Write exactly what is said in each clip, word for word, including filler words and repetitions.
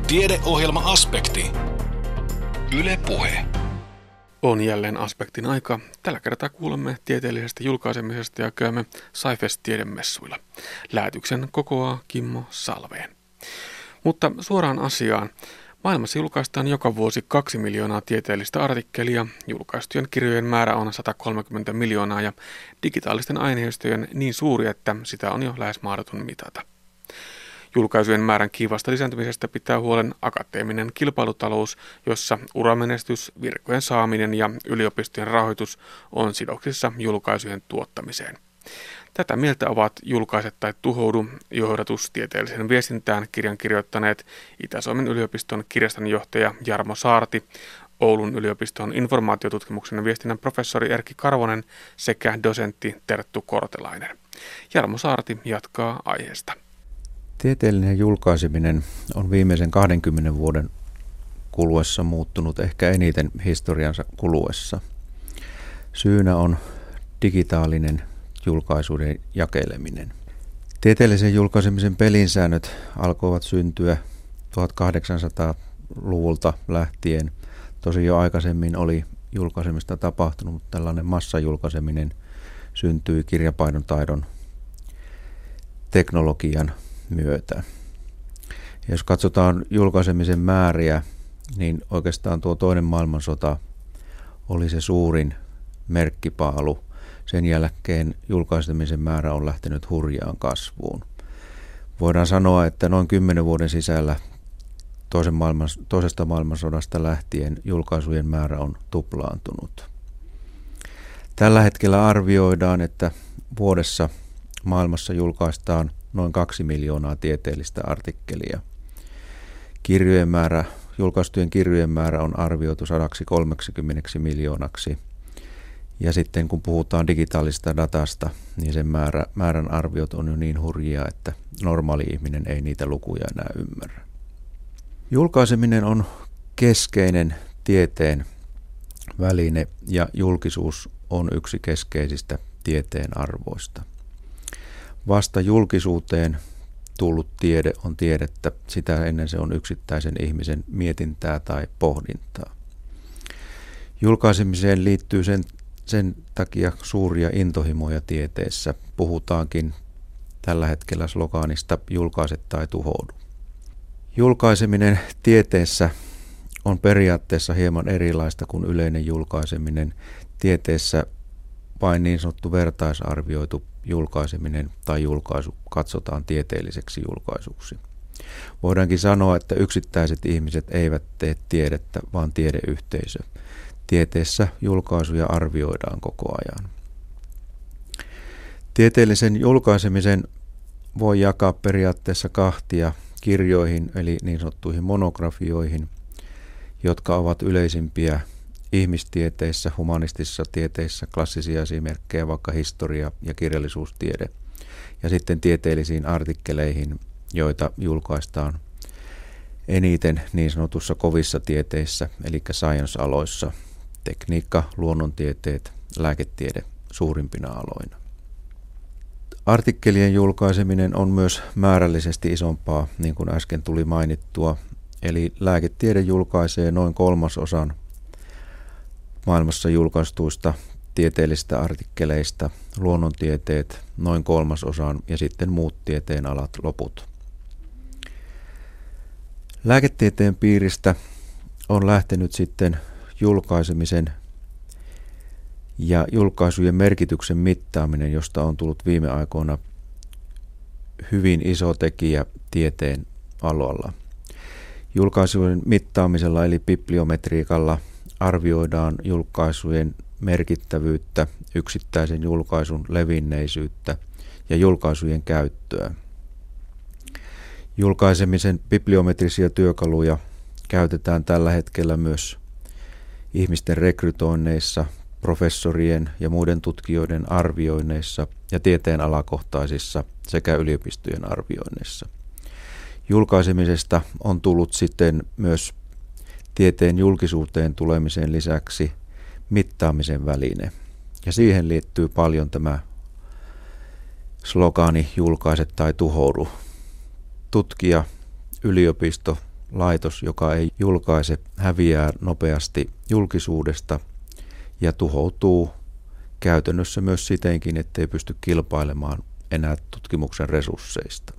Tiedeohjelma-aspekti. Yle Puhe. On jälleen aspektin aika. Tällä kertaa kuulemme tieteellisestä julkaisemisesta ja käymme SciFest-tiedemessuilla. Lähetyksen kokoaa Kimmo Salveen. Mutta suoraan asiaan. Maailmassa julkaistaan joka vuosi kaksi miljoonaa tieteellistä artikkelia, julkaistujen kirjojen määrä on sata kolmekymmentä miljoonaa ja digitaalisten aineistojen niin suuri, että sitä on jo lähes mahdoton mitata. Julkaisujen määrän kiivasta lisääntymisestä pitää huolen akateeminen kilpailutalous, jossa uramenestys, virkojen saaminen ja yliopistojen rahoitus on sidoksissa julkaisujen tuottamiseen. Tätä mieltä ovat Julkaiset tai tuhoudu, johdatus tieteelliseen viestintään kirjan kirjoittaneet Itä-Suomen yliopiston kirjastonjohtaja Jarmo Saarti, Oulun yliopiston informaatiotutkimuksen ja viestinnän professori Erkki Karvonen sekä dosentti Terttu Kortelainen. Jarmo Saarti jatkaa aiheesta. Tieteellinen julkaiseminen on viimeisen kahdenkymmenen vuoden kuluessa muuttunut ehkä eniten historiansa kuluessa. Syynä on digitaalinen julkaisuiden jakeleminen. Tieteellisen julkaisemisen pelinsäännöt alkoivat syntyä tuhatkahdeksansataaluvulta lähtien. Tosi jo aikaisemmin oli julkaisemista tapahtunut, mutta tällainen massajulkaiseminen syntyi kirjapainon taidon teknologian myötä. Ja jos katsotaan julkaisemisen määriä, niin oikeastaan tuo toinen maailmansota oli se suurin merkkipaalu. Sen jälkeen julkaisemisen määrä on lähtenyt hurjaan kasvuun. Voidaan sanoa, että noin kymmenen vuoden sisällä toisen maailman, toisesta maailmansodasta lähtien julkaisujen määrä on tuplaantunut. Tällä hetkellä arvioidaan, että vuodessa maailmassa julkaistaan noin kaksi miljoonaa tieteellistä artikkelia. Kirjojen määrä, julkaistujen kirjojen määrä on arvioitu sata kolmekymmentä miljoonaksi. Ja sitten kun puhutaan digitaalisesta datasta, niin sen määrä, määrän arviot on jo niin hurjia, että normaali ihminen ei niitä lukuja enää ymmärrä. Julkaiseminen on keskeinen tieteen väline ja julkisuus on yksi keskeisistä tieteen arvoista. Vasta julkisuuteen tullut tiede on tiedettä, sitä ennen se on yksittäisen ihmisen mietintää tai pohdintaa. Julkaisemiseen liittyy sen, sen takia suuria intohimoja tieteessä. Puhutaankin tällä hetkellä slogaanista julkaise tai tuhoudu. Julkaiseminen tieteessä on periaatteessa hieman erilaista kuin yleinen julkaiseminen. Tieteessä vain niin sanottu vertaisarvioitu julkaiseminen tai julkaisu katsotaan tieteelliseksi julkaisuksi. Voidaankin sanoa, että yksittäiset ihmiset eivät tee tiedettä, vaan tiedeyhteisö. Tieteessä julkaisuja arvioidaan koko ajan. Tieteellisen julkaisemisen voi jakaa periaatteessa kahtia kirjoihin, eli niin sanottuihin monografioihin, jotka ovat yleisimpiä ihmistieteissä, humanistisissa tieteissä, klassisia esimerkkejä, vaikka historia ja kirjallisuustiede, ja sitten tieteellisiin artikkeleihin, joita julkaistaan eniten niin sanotussa kovissa tieteissä, eli science-aloissa, tekniikka, luonnontieteet, lääketiede suurimpina aloina. Artikkelien julkaiseminen on myös määrällisesti isompaa, niin kuin äsken tuli mainittua, eli lääketiede julkaisee noin kolmasosan maailmassa julkaistuista tieteellisistä artikkeleista, luonnontieteet noin kolmasosan ja sitten muut tieteen alat loput. Lääketieteen piiristä on lähtenyt sitten julkaisemisen ja julkaisujen merkityksen mittaaminen, josta on tullut viime aikoina hyvin iso tekijä tieteen alalla. Julkaisujen mittaamisella eli bibliometriikalla arvioidaan julkaisujen merkittävyyttä, yksittäisen julkaisun levinneisyyttä ja julkaisujen käyttöä. Julkaisemisen bibliometrisia työkaluja käytetään tällä hetkellä myös ihmisten rekrytoinneissa, professorien ja muiden tutkijoiden arvioinneissa ja tieteen alakohtaisissa sekä yliopistojen arvioinneissa. Julkaisemisesta on tullut sitten myös tieteen julkisuuteen tulemisen lisäksi mittaamisen väline. Ja siihen liittyy paljon tämä slogaani julkaise tai tuhoudu. Tutkija, yliopisto laitos, joka ei julkaise, häviää nopeasti julkisuudesta ja tuhoutuu käytännössä myös sitenkin, ettei pysty kilpailemaan enää tutkimuksen resursseista.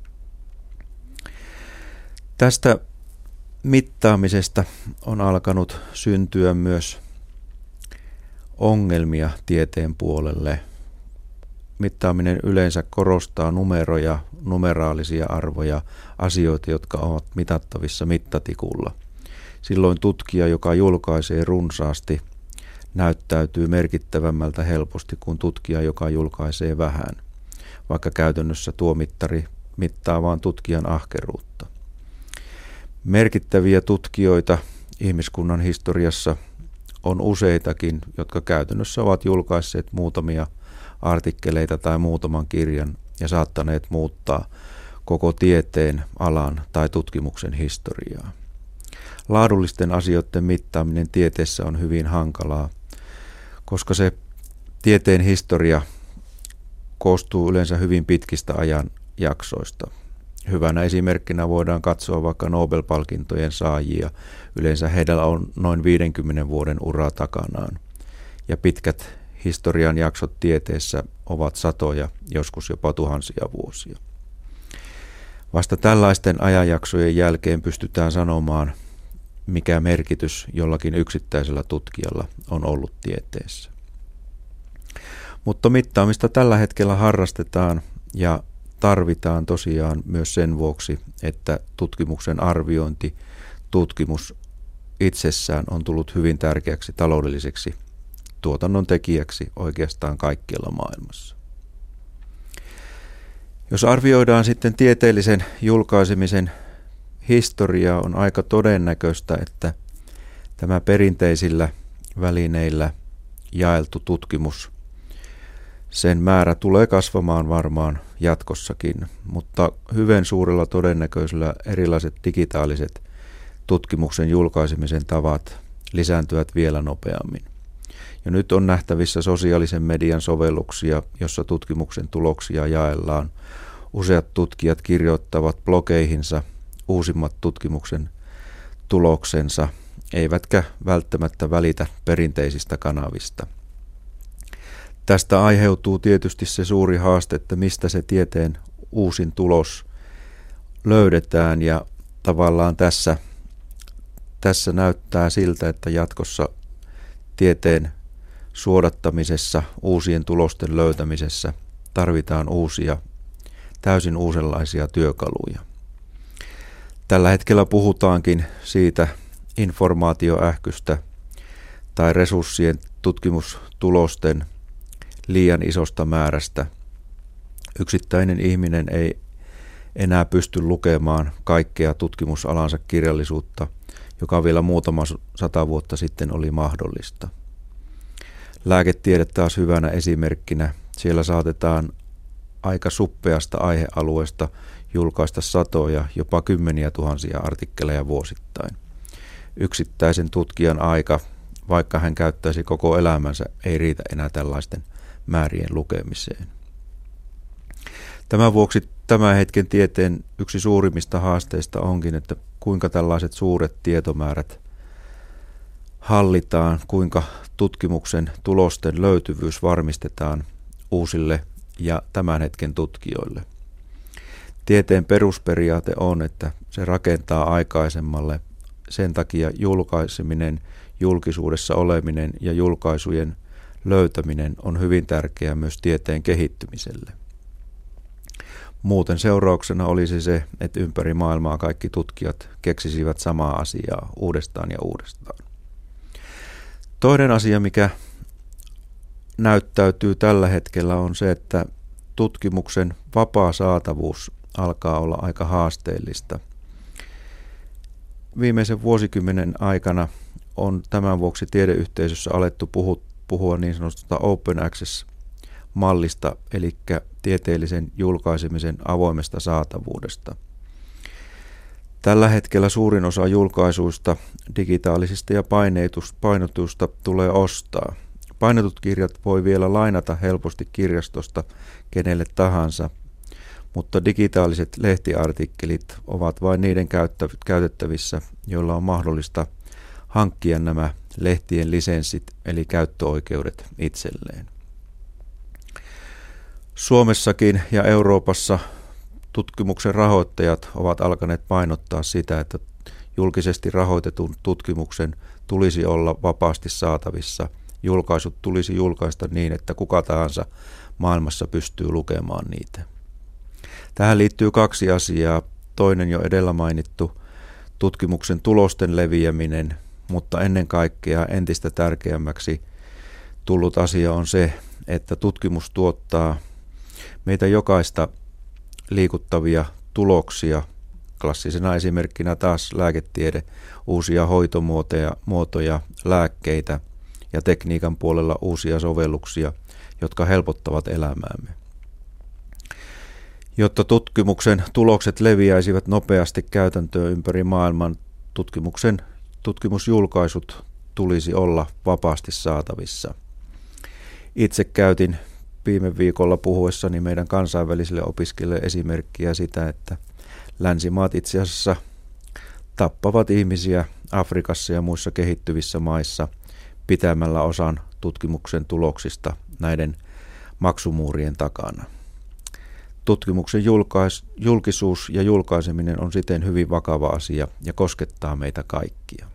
Tästä mittaamisesta on alkanut syntyä myös ongelmia tieteen puolelle. Mittaaminen yleensä korostaa numeroja, numeraalisia arvoja, asioita, jotka ovat mitattavissa mittatikulla. Silloin tutkija, joka julkaisee runsaasti, näyttäytyy merkittävämmältä helposti kuin tutkija, joka julkaisee vähän, vaikka käytännössä tuo mittari mittaa vain tutkijan ahkeruutta. Merkittäviä tutkijoita ihmiskunnan historiassa on useitakin, jotka käytännössä ovat julkaisseet muutamia artikkeleita tai muutaman kirjan ja saattaneet muuttaa koko tieteen alan tai tutkimuksen historiaa. Laadullisten asioiden mittaaminen tieteessä on hyvin hankalaa, koska se tieteen historia koostuu yleensä hyvin pitkistä ajanjaksoista. Hyvänä esimerkkinä voidaan katsoa vaikka Nobel-palkintojen saajia. Yleensä heillä on noin viidenkymmenen vuoden ura takanaan. Ja pitkät historian jaksot tieteessä ovat satoja, joskus jopa tuhansia vuosia. Vasta tällaisten ajanjaksojen jälkeen pystytään sanomaan, mikä merkitys jollakin yksittäisellä tutkijalla on ollut tieteessä. Mutta mittaamista tällä hetkellä harrastetaan ja tarvitaan tosiaan myös sen vuoksi, että tutkimuksen arviointi, tutkimus itsessään on tullut hyvin tärkeäksi taloudelliseksi tuotannon tekijäksi oikeastaan kaikkialla maailmassa. Jos arvioidaan sitten tieteellisen julkaisemisen historiaa, on aika todennäköistä, että tämä perinteisillä välineillä jaeltu tutkimus, sen määrä tulee kasvamaan varmaan jatkossakin, mutta hyvin suurella todennäköisyydellä erilaiset digitaaliset tutkimuksen julkaisemisen tavat lisääntyvät vielä nopeammin. Ja nyt on nähtävissä sosiaalisen median sovelluksia, jossa tutkimuksen tuloksia jaellaan. Useat tutkijat kirjoittavat blogeihinsa uusimmat tutkimuksen tuloksensa, eivätkä välttämättä välitä perinteisistä kanavista. Tästä aiheutuu tietysti se suuri haaste, että mistä se tieteen uusin tulos löydetään, ja tavallaan tässä, tässä näyttää siltä, että jatkossa tieteen suodattamisessa, uusien tulosten löytämisessä tarvitaan uusia, täysin uudenlaisia työkaluja. Tällä hetkellä puhutaankin siitä informaatioähkystä tai resurssien tutkimustulosten liian isosta määrästä. Yksittäinen ihminen ei enää pysty lukemaan kaikkea tutkimusalansa kirjallisuutta, joka vielä muutama sata vuotta sitten oli mahdollista. Lääketiede taas hyvänä esimerkkinä. Siellä saatetaan aika suppeasta aihealueesta julkaista satoja, jopa kymmeniä tuhansia artikkeleja vuosittain. Yksittäisen tutkijan aika, vaikka hän käyttäisi koko elämänsä, ei riitä enää tällaisten määrien lukemiseen. Tämän vuoksi tämän hetken tieteen yksi suurimmista haasteista onkin, että kuinka tällaiset suuret tietomäärät hallitaan, kuinka tutkimuksen tulosten löytyvyys varmistetaan uusille ja tämän hetken tutkijoille. Tieteen perusperiaate on, että se rakentaa aikaisemmalle. Sen takia julkaiseminen, julkisuudessa oleminen ja julkaisujen löytäminen on hyvin tärkeää myös tieteen kehittymiselle. Muuten seurauksena olisi se, että ympäri maailmaa kaikki tutkijat keksisivät samaa asiaa uudestaan ja uudestaan. Toinen asia, mikä näyttäytyy tällä hetkellä, on se, että tutkimuksen vapaa saatavuus alkaa olla aika haasteellista. Viimeisen vuosikymmenen aikana on tämän vuoksi tiedeyhteisössä alettu puhua niin sanotusta open access-mallista, eli tieteellisen julkaisemisen avoimesta saatavuudesta. Tällä hetkellä suurin osa julkaisuista, digitaalisista ja painotusta tulee ostaa. Painetut kirjat voi vielä lainata helposti kirjastosta kenelle tahansa, mutta digitaaliset lehtiartikkelit ovat vain niiden käytettävissä, joilla on mahdollista hankkia nämä lehtien lisenssit eli käyttöoikeudet itselleen. Suomessakin ja Euroopassa tutkimuksen rahoittajat ovat alkaneet painottaa sitä, että julkisesti rahoitetun tutkimuksen tulisi olla vapaasti saatavissa. Julkaisut tulisi julkaista niin, että kuka tahansa maailmassa pystyy lukemaan niitä. Tähän liittyy kaksi asiaa. Toinen jo edellä mainittu tutkimuksen tulosten leviäminen, mutta ennen kaikkea entistä tärkeämmäksi tullut asia on se, että tutkimus tuottaa meitä jokaista liikuttavia tuloksia. Klassisena esimerkkinä taas lääketiede, uusia hoitomuotoja, muotoja, lääkkeitä ja tekniikan puolella uusia sovelluksia, jotka helpottavat elämäämme. Jotta tutkimuksen tulokset leviäisivät nopeasti käytäntöön ympäri maailman, tutkimuksen, tutkimusjulkaisut tulisi olla vapaasti saatavissa. Itse käytin viime viikolla puhuessani meidän kansainvälisille opiskelijoille esimerkkiä sitä, että länsimaat itse asiassa tappavat ihmisiä Afrikassa ja muissa kehittyvissä maissa pitämällä osan tutkimuksen tuloksista näiden maksumuurien takana. Tutkimuksen julkais, julkisuus ja julkaiseminen on siten hyvin vakava asia ja koskettaa meitä kaikkia.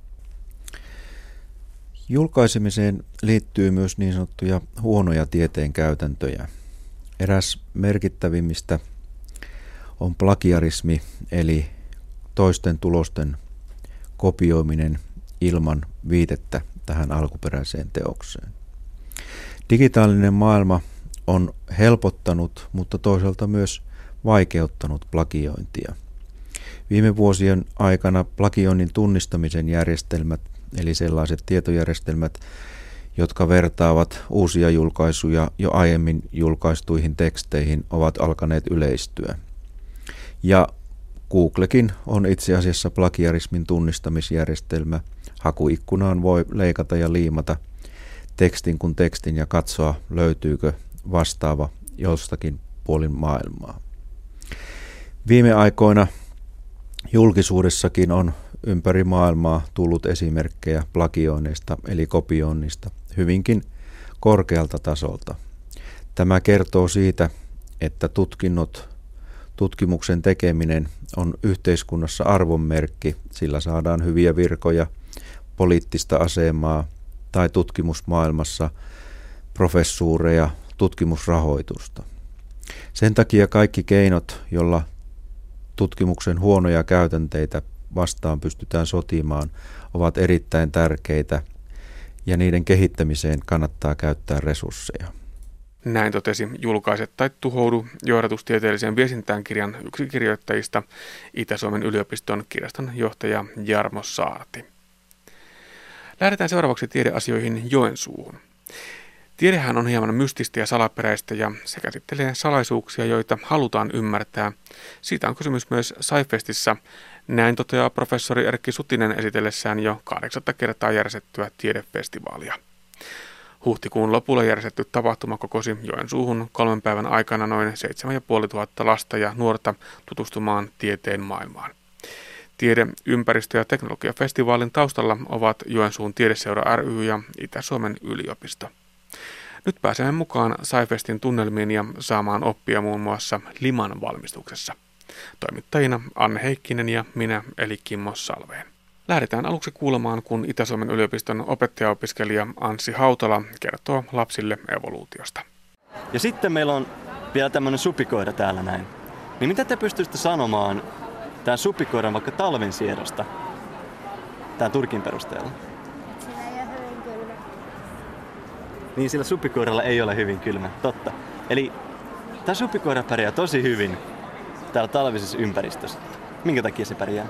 Julkaisemiseen liittyy myös niin sanottuja huonoja tieteen käytäntöjä. Eräs merkittävimmistä on plagiarismi, eli toisten tulosten kopioiminen ilman viitettä tähän alkuperäiseen teokseen. Digitaalinen maailma on helpottanut, mutta toisaalta myös vaikeuttanut plagiointia. Viime vuosien aikana plagioinnin tunnistamisen järjestelmät, eli sellaiset tietojärjestelmät, jotka vertaavat uusia julkaisuja jo aiemmin julkaistuihin teksteihin, ovat alkaneet yleistyä. Ja Googlekin on itse asiassa plagiarismin tunnistamisjärjestelmä. Hakuikkunaan voi leikata ja liimata tekstin kuin tekstin ja katsoa, löytyykö vastaava jostakin puolin maailmaa. Viime aikoina julkisuudessakin on ympäri maailmaa tullut esimerkkejä plagioinneista eli kopioinnista hyvinkin korkealta tasolta. Tämä kertoo siitä, että tutkinnot, tutkimuksen tekeminen on yhteiskunnassa arvonmerkki, sillä saadaan hyviä virkoja, poliittista asemaa tai tutkimusmaailmassa professuureja, tutkimusrahoitusta. Sen takia kaikki keinot, joilla tutkimuksen huonoja käytänteitä vastaan pystytään sotimaan, ovat erittäin tärkeitä ja niiden kehittämiseen kannattaa käyttää resursseja. Näin totesi Julkaise tai tuhoudu johdatustieteelliseen viestintään kirjan yksi kirjoittajista, Itä-Suomen yliopiston kirjaston johtaja Jarmo Saarti. Lähdetään seuraavaksi tiedeasioihin Joensuuhun. Tiedehän on hieman mystistä ja salaperäistä ja se käsittelee salaisuuksia, joita halutaan ymmärtää. Siitä on kysymys myös SciFestissä. Näin toteaa professori Erkki Sutinen esitellessään jo kahdeksatta kertaa järjestettyä tiedefestivaalia. Huhtikuun lopulla järjestetty tapahtuma kokosi Joensuuhun kolmen päivän aikana noin seitsemän ja puoli tuhatta lasta ja nuorta tutustumaan tieteen maailmaan. Tiede-, ympäristö- ja teknologiafestivaalin taustalla ovat Joensuun tiedeseura ry ja Itä-Suomen yliopisto. Nyt pääsemme mukaan SciFestin tunnelmiin ja saamaan oppia muun muassa liman valmistuksessa. Toimittajina Anne Heikkinen ja minä eli Kimmo Salveen. Lähdetään aluksi kuulemaan, kun Itä-Suomen yliopiston opettajaopiskelija Anssi Hautala kertoo lapsille evoluutiosta. Ja sitten meillä on vielä tämmöinen supikoira täällä näin. Niin mitä te pystyisitte sanomaan tämän supikoiran vaikka talven siedosta tämän turkin perusteella? Sillä ei ole hyvin kylmä. Niin, sillä supikoiralla ei ole hyvin kylmä, totta. Eli tämä supikoira pärjää tosi hyvin täällä talvisessa ympäristössä. Minkä takia se pärjää?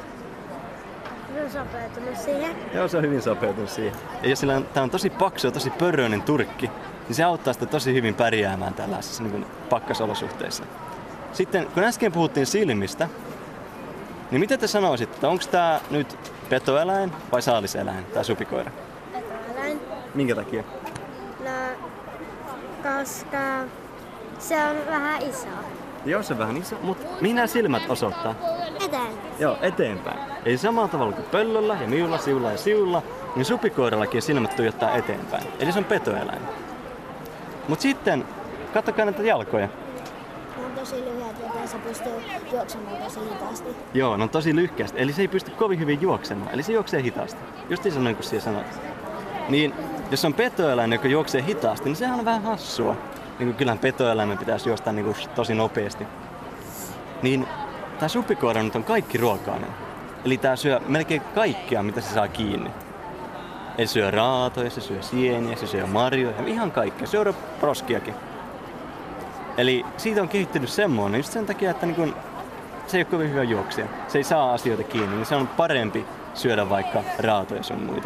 Se on sopeutunut siihen. Joo, se on hyvin sopeutunut siihen. Ja jos sillä on, tää on tosi paksu ja tosi pörröinen turkki, niin se auttaa sitä tosi hyvin pärjäämään tällaisissa niin kuin pakkasolosuhteissa. Sitten kun äsken puhuttiin silmistä, niin mitä te sanoisitte, että onko tää nyt petoeläin vai saaliseläin, tää supikoira? Petoeläin. Minkä takia? No, koska se on vähän iso. Joo, se on vähän iso, mutta mihin nämä silmät osoittaa? Eteen. Joo, eteenpäin. Eli samalla tavalla kuin pöllöllä ja miulla, siulla ja siulla, niin supikoirallakin silmät tuijottaa eteenpäin. Eli se on petoeläin. Mut sitten, katsokaa näitä jalkoja. Ne on tosi lyhyet, joten se pystyy juoksemaan tosi hitaasti. Joo, ne on tosi lyhkäistä. Eli se ei pysty kovin hyvin juoksemaan. Eli se juoksee hitaasti. Just niin sanoin, kun siellä sanoit. Niin, jos on petoeläin, joka juoksee hitaasti, niin sehän on vähän hassua. Niin kuin kyllähän petoeläimen pitäisi juosta niin kuin tosi nopeasti. Niin, tää supikoira nyt on kaikki ruokainen. Eli tää syö melkein kaikkea, mitä se saa kiinni. Eli se syö raatoja, se syö sieniä, se syö marjoja, ihan kaikkea. Se syö roskiakin. Eli siitä on kehittynyt semmoinen just sen takia, että niin kun se ei ole kovin hyvä juoksija. Se ei saa asioita kiinni, niin se on parempi syödä vaikka raatoja sun muita.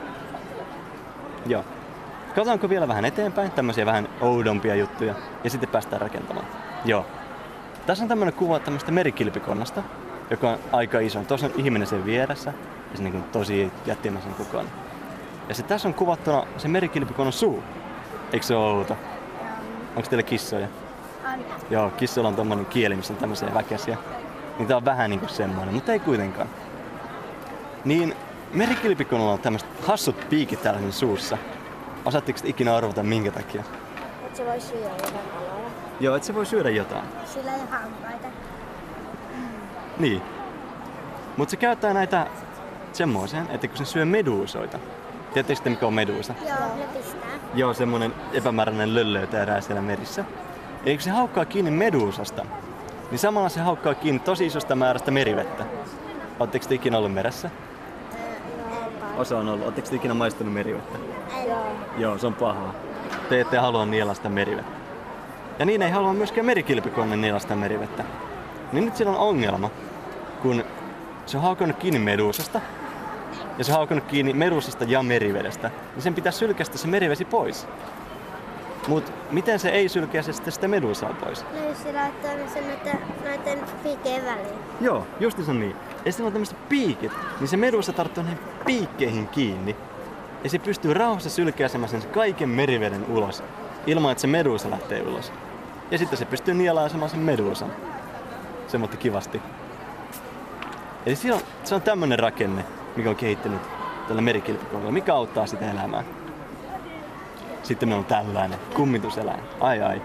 Joo. Katsotaanko vielä vähän eteenpäin, tämmöisiä vähän oudompia juttuja, ja sitten päästään rakentamaan. Joo. Tässä on tämmönen kuva tämmöistä merikilpikonnasta, joka on aika iso. Tuossa on ihminen sen vieressä, ja se on tosi jättimäisen kokoinen. Ja se tässä on kuvattuna se merikilpikonnan suu. Eikö se ole outo? Onko teillä kissoja? On. Joo, kissoilla on tommonen kieli, missä on tämmöisiä väkäsiä. Niin tää on vähän niinku semmoinen, mutta ei kuitenkaan. Niin merikilpikonnalla on tämmöiset hassut piikit täällä niin suussa. Osaatteko ikinä arvata minkä takia? Et se voi syödä jotain kaloja. Joo, et se voi syödä jotain. Sillä ei hampaita. Niin. Mut se käyttää näitä semmoiseen, että kun se syö meduusoita. Tiedättekö sitten mikä on meduusa? Joo, ne pistää. Joo, semmonen epämääräinen löllöytäjä siellä merissä. Eli kun se haukkaa kiinni meduusasta, niin samalla se haukkaa kiinni tosi isosta määrästä merivettä. Oletteko te ikinä ollut meressä? Osa on ollut. Oletteko te ikinä maistanut merivettä? Joo. Joo, se on pahaa. Te ette halua nielasta merivettä. Ja niin ei halua myöskään merikilpikonne nielasta merivettä. Niin nyt sillä on ongelma, kun se on haukannut kiinni meduusasta, ja se on haukannut kiinni meduusasta ja merivedestä, niin sen pitää sylkästä se merivesi pois. Mut miten se ei sylkeä se sitten sitä meduusaa pois? No jos se laittaa ne sen näiden, näiden piikkeen väliin. Joo, just se on niin. Ja sitten on tämmöiset piikit, niin se meduusa tarttuu näihin piikkeihin kiinni. Ja se pystyy rauhassa sylkäisemään sen kaiken meriveden ulos, ilman että se meduusa lähtee ulos. Ja sitten se pystyy nielaisemaan sen meduusan. Semmoinen kivasti. Eli se on, se on tämmönen rakenne, mikä on kehittynyt tällä merikilpikonnalla, mikä auttaa sitä elämää. Sitten meillä on tällainen kummituseläin. Ai ai.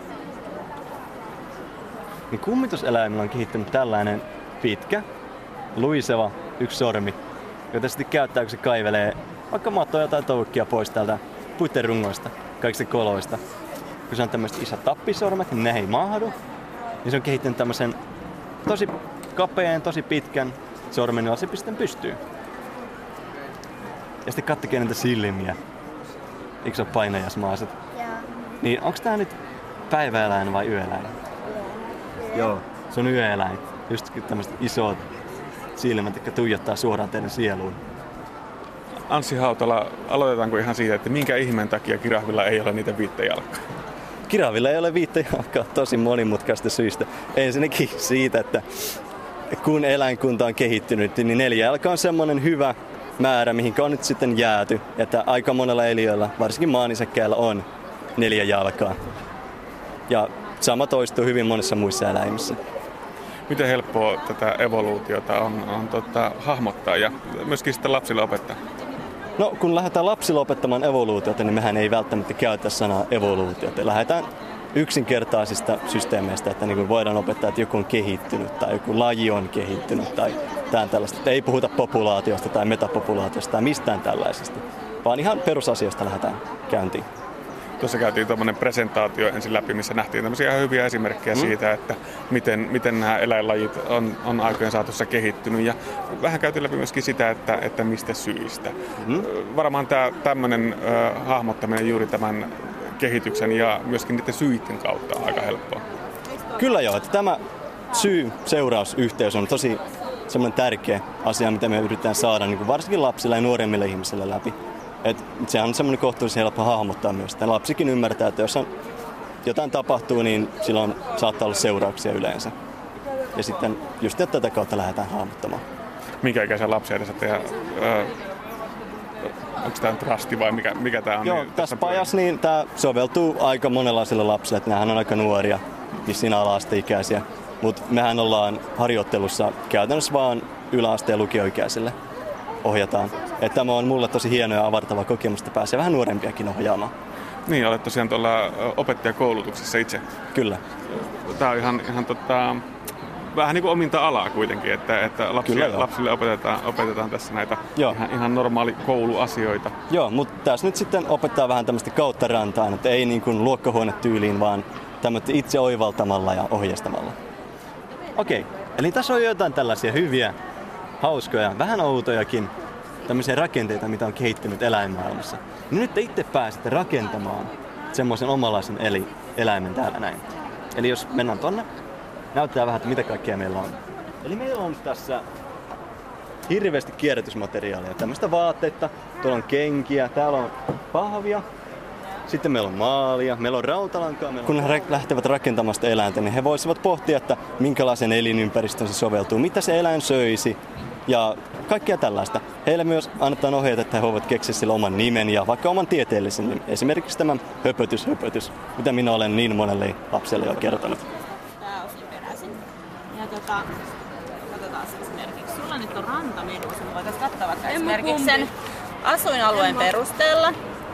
Niin kummituseläimellä on kehittynyt tällainen pitkä, luiseva yksi sormi, jota sitten käyttää, kun se kaivelee vaikka mattoja tai toukkia pois täältä puitten rungoista, kaikista koloista. Kun se on tämmöiset isot tappisormet, niin ne ei mahdu. Niin se on kehittynyt tämmöisen tosi kapeen, tosi pitkän sormen, jolla se sitten pystyy. Ja sitten kattokaa näitä silmiä. Eikö se ole painajasmaiset? Joo. Niin onko tää nyt päiväeläin vai yöeläin? Joo. Joo, se on yöeläin. Just tämmöiset isot silmät, jotka tuijottaa suoraan teidän sieluun. Anssi Hautala, aloitetaanko ihan siitä, että minkä ihmeen takia kirahvilla ei ole niitä viittejalkaa? Kirahvilla ei ole viittejalkaa tosi monimutkaista syistä. Ensinnäkin siitä, että kun eläinkunta on kehittynyt, niin neljä jalka on semmoinen hyvä määrä, mihinkä on nyt sitten jääty. Että aika monella eliöllä, varsinkin maanisäkkäillä, on neljä jalkaa. Ja sama toistuu hyvin monissa muissa eläimissä. Miten helppoa tätä evoluutiota on, on tota, hahmottaa ja myöskin sitten lapsille opettaa? No, kun lähdetään lapsille opettamaan evoluutiota, niin mehän ei välttämättä käytä sanaa evoluutiota. Lähdetään yksinkertaisista systeemeistä, että niin kuin voidaan opettaa, että joku on kehittynyt tai joku laji on kehittynyt tai tämän tällaista. Että ei puhuta populaatiosta tai metapopulaatiosta tai mistään tällaisesta, vaan ihan perusasioista lähdetään käyntiin. Tuossa käytiin tuommoinen presentaatio ensin läpi, missä nähtiin tämmöisiä hyviä esimerkkejä mm. siitä, että miten, miten nämä eläinlajit on, on aikojen saatossa kehittynyt. Ja vähän käytiin läpi myöskin sitä, että, että mistä syistä. Mm. Varmaan tämä tämmöinen äh, hahmottaminen juuri tämän kehityksen ja myöskin niiden syiden kautta on aika helppoa. Kyllä joo, että tämä syy-seurausyhteys on tosi semmoinen tärkeä asia, mitä me yritetään saada niin kuin varsinkin lapsille ja nuoremmille ihmisille läpi. Et sehän on semmoinen kohtuullisen helppo hahmottaa myös. Että lapsikin ymmärtää, että jos on jotain tapahtuu, niin silloin saattaa olla seurauksia yleensä. Ja sitten just tätä kautta lähdetään hahmottamaan. Minkä ikäisen lapsia edessä tehdään? Öö, onko tämä rasti vai mikä, mikä tämä on? Joo, niin, tässä pajassa niin tämä soveltuu aika monenlaisille lapsille. Että nämähän on aika nuoria. vissiin ala-asteikäisiä. Mutta mehän ollaan harjoittelussa käytännössä vaan yläasteen lukioikäisille ohjataan. Että tämä on mulle tosi hieno ja avartava kokemus, että pääsee vähän nuorempiakin ohjaamaan. Niin, olet tosiaan tuolla opettajakoulutuksessa itse. Kyllä. Tämä on ihan, ihan tota, vähän niin kuin ominta alaa kuitenkin, että, että lapsille, Kyllä, lapsille opetetaan, opetetaan tässä näitä ihan, ihan normaali kouluasioita. Joo, mutta tässä nyt sitten opettaa vähän tämmöistä kautta rantaan, että ei niin kuin luokkahuonetyyliin, vaan tämmöistä itse oivaltamalla ja ohjeistamalla. Okei, eli tässä on jotain tällaisia hyviä, hauskoja, vähän outojakin tämmöisiä rakenteita, mitä on kehittynyt eläinmaailmassa. Niin nyt te itse pääsette rakentamaan semmoisen omalaisen eli, eläimen täällä näin. Eli jos mennään tonne, näyttää vähän, että mitä kaikkea meillä on. Eli meillä on tässä hirveästi kierrätysmateriaalia, tämmöistä vaatteita, tuolla on kenkiä, täällä on pahvia, sitten meillä on maalia, meillä on rautalankaa. Meillä on... Kun he lähtevät rakentamaan sitä eläintä, niin he voisivat pohtia, että minkälaisen elinympäristön se soveltuu, mitä se eläin söisi ja kaikkea tällaista. Heille myös annetaan ohjeet, että he voivat keksiä sille oman nimen ja vaikka oman tieteellisen nimen. Esimerkiksi tämän höpötys, höpötys, mitä minä olen niin monelle lapselle jo kertonut. Tää on siinä peräisin. Ja tota, katsotaan esimerkiksi, sulla nyt on rantamedusa, me voitaisiin katsoa vaikka esimerkiksi sen asuinalueen perusteella.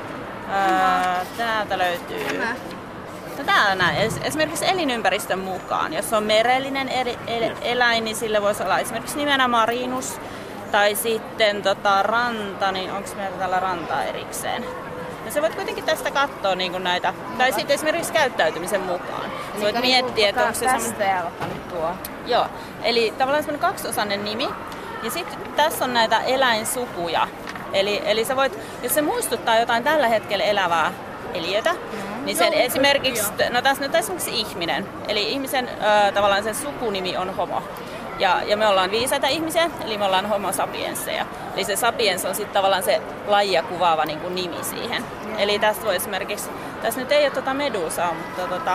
Ää, täältä löytyy, no täällä näin, esimerkiksi elinympäristön mukaan. Jos on merellinen eri, el, eläin, niin sille voisi olla esimerkiksi nimenä marinus. Tai sitten tota, ranta, niin onko meillä täällä rantaa erikseen? Ja sä voit kuitenkin tästä katsoa niin kuin näitä, tai sitten esimerkiksi käyttäytymisen mukaan. Sä voit miettiä, että onko se tästä ja vaikka nyt tuo. Joo, eli tavallaan semmoinen kaksiosainen nimi. Ja sitten tässä on näitä eläinsukuja. Eli, eli sä voit, jos se muistuttaa jotain tällä hetkellä elävää eliötä, mm. niin sen esimerkiksi, no tässä nyt esimerkiksi ihminen. Eli ihmisen ö, tavallaan sen sukunimi on homo. Ja, ja me ollaan viisaita ihmisiä, eli me ollaan homo sapiensseja. Eli se sapiens on sitten tavallaan se lajia kuvaava niin kuin nimi siihen. Mm. Eli tästä voi esimerkiksi, tässä nyt ei ole tota medusaa, mutta tota...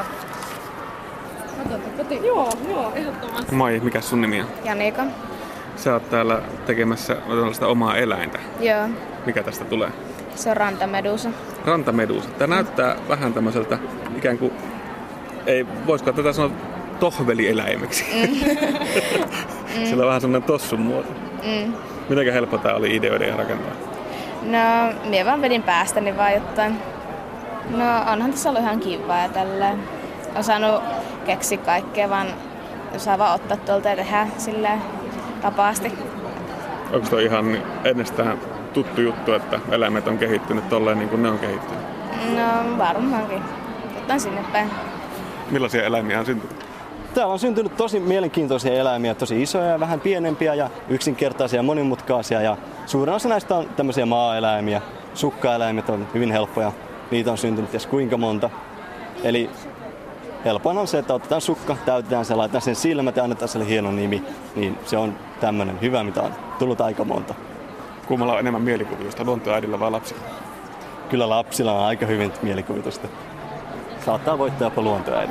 Joo, joo, ehdottomasti. Mai, mikä sun nimi on? Janika. Sä oot täällä tekemässä tällaista omaa eläintä. Joo. Mikä tästä tulee? Se on rantamedusa. Rantamedusa. Tää näyttää vähän tämmöiseltä ikään kuin, ei, voisiko tätä sanoa tohvelieläimeksi? Mm. Sillä on vähän semmoinen tossun muoto. Mm. Mitenkä helppo tää oli ideoida ja rakentaa? No, minä vaan vedin päästäni vaan jotain. No, onhan tässä ollut ihan kivaa ja tälleen. On saanut keksiä kaikkea, vaan saa vaan ottaa tuolta ja tehdä silleen vapaasti. Onko toi ihan ennestään tuttu juttu, että eläimet on kehittynyt tolleen niin kuin ne on kehittynyt? No, varmaankin. Jotain sinne päin. Millaisia eläimiä on syntynyt? Täällä on syntynyt tosi mielenkiintoisia eläimiä, tosi isoja ja vähän pienempiä ja yksinkertaisia ja monimutkaisia. Ja suurin osa näistä on tämmöisiä maa-eläimiä. Sukkaeläimet on hyvin helppoja. Niitä on syntynyt ties kuinka monta. Eli helpoin on se, että otetaan sukka, täytetään se, laitetaan sen silmät ja annetaan sille hieno nimi. Niin se on tämmönen hyvä, mitä on tullut aika monta. Kummalla on enemmän mielikuvitusta, luontoäidillä vai lapsilla? Kyllä lapsilla on aika hyvin mielikuvitusta. Saattaa voittaa jopa luontoäidin.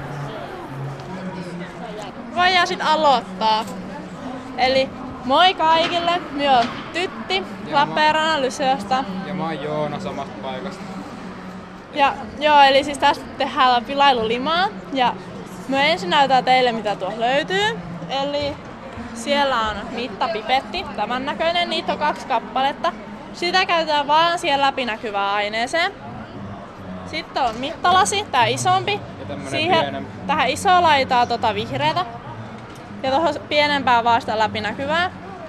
Voidaan sit aloittaa. Eli moi kaikille, minä oon Tytti Lappeenrannan Lyseosta. Ja mä oon Joona samasta paikasta. Ja joo, eli siis tässä tehdään pilailulimaa. Ja mä ensin näytän teille mitä tuossa löytyy. Eli siellä on mittapipetti, tämän näköinen, niitä on kaksi kappaletta. Sitä käytetään vaan siihen läpinäkyvään aineeseen. Sitten on mittalasi, tää isompi. Siihen, pienen... Tähän isoon laitetaan tota vihreätä. Ja tuohon pienempään vaan sitä läpinäkyvää.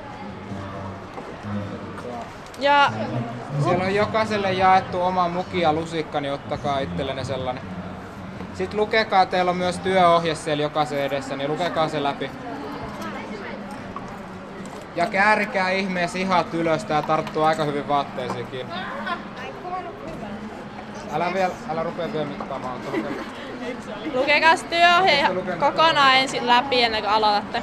Ja... Siellä on jokaiselle jaettu oma muki ja lusikka, niin ottakaa itsellenne sellainen. Sitten lukekaa, teillä on myös työohje siellä jokaisen edessä, niin lukekaa se läpi. Ja käärikää ihmeessä hihat ylös, tää tarttuu aika hyvin vaatteisiinkin. Älä vielä, älä rupea vielä mittaamaan. Lukekaa se työohje kokonaan ensin läpi ennen kuin aloitatte.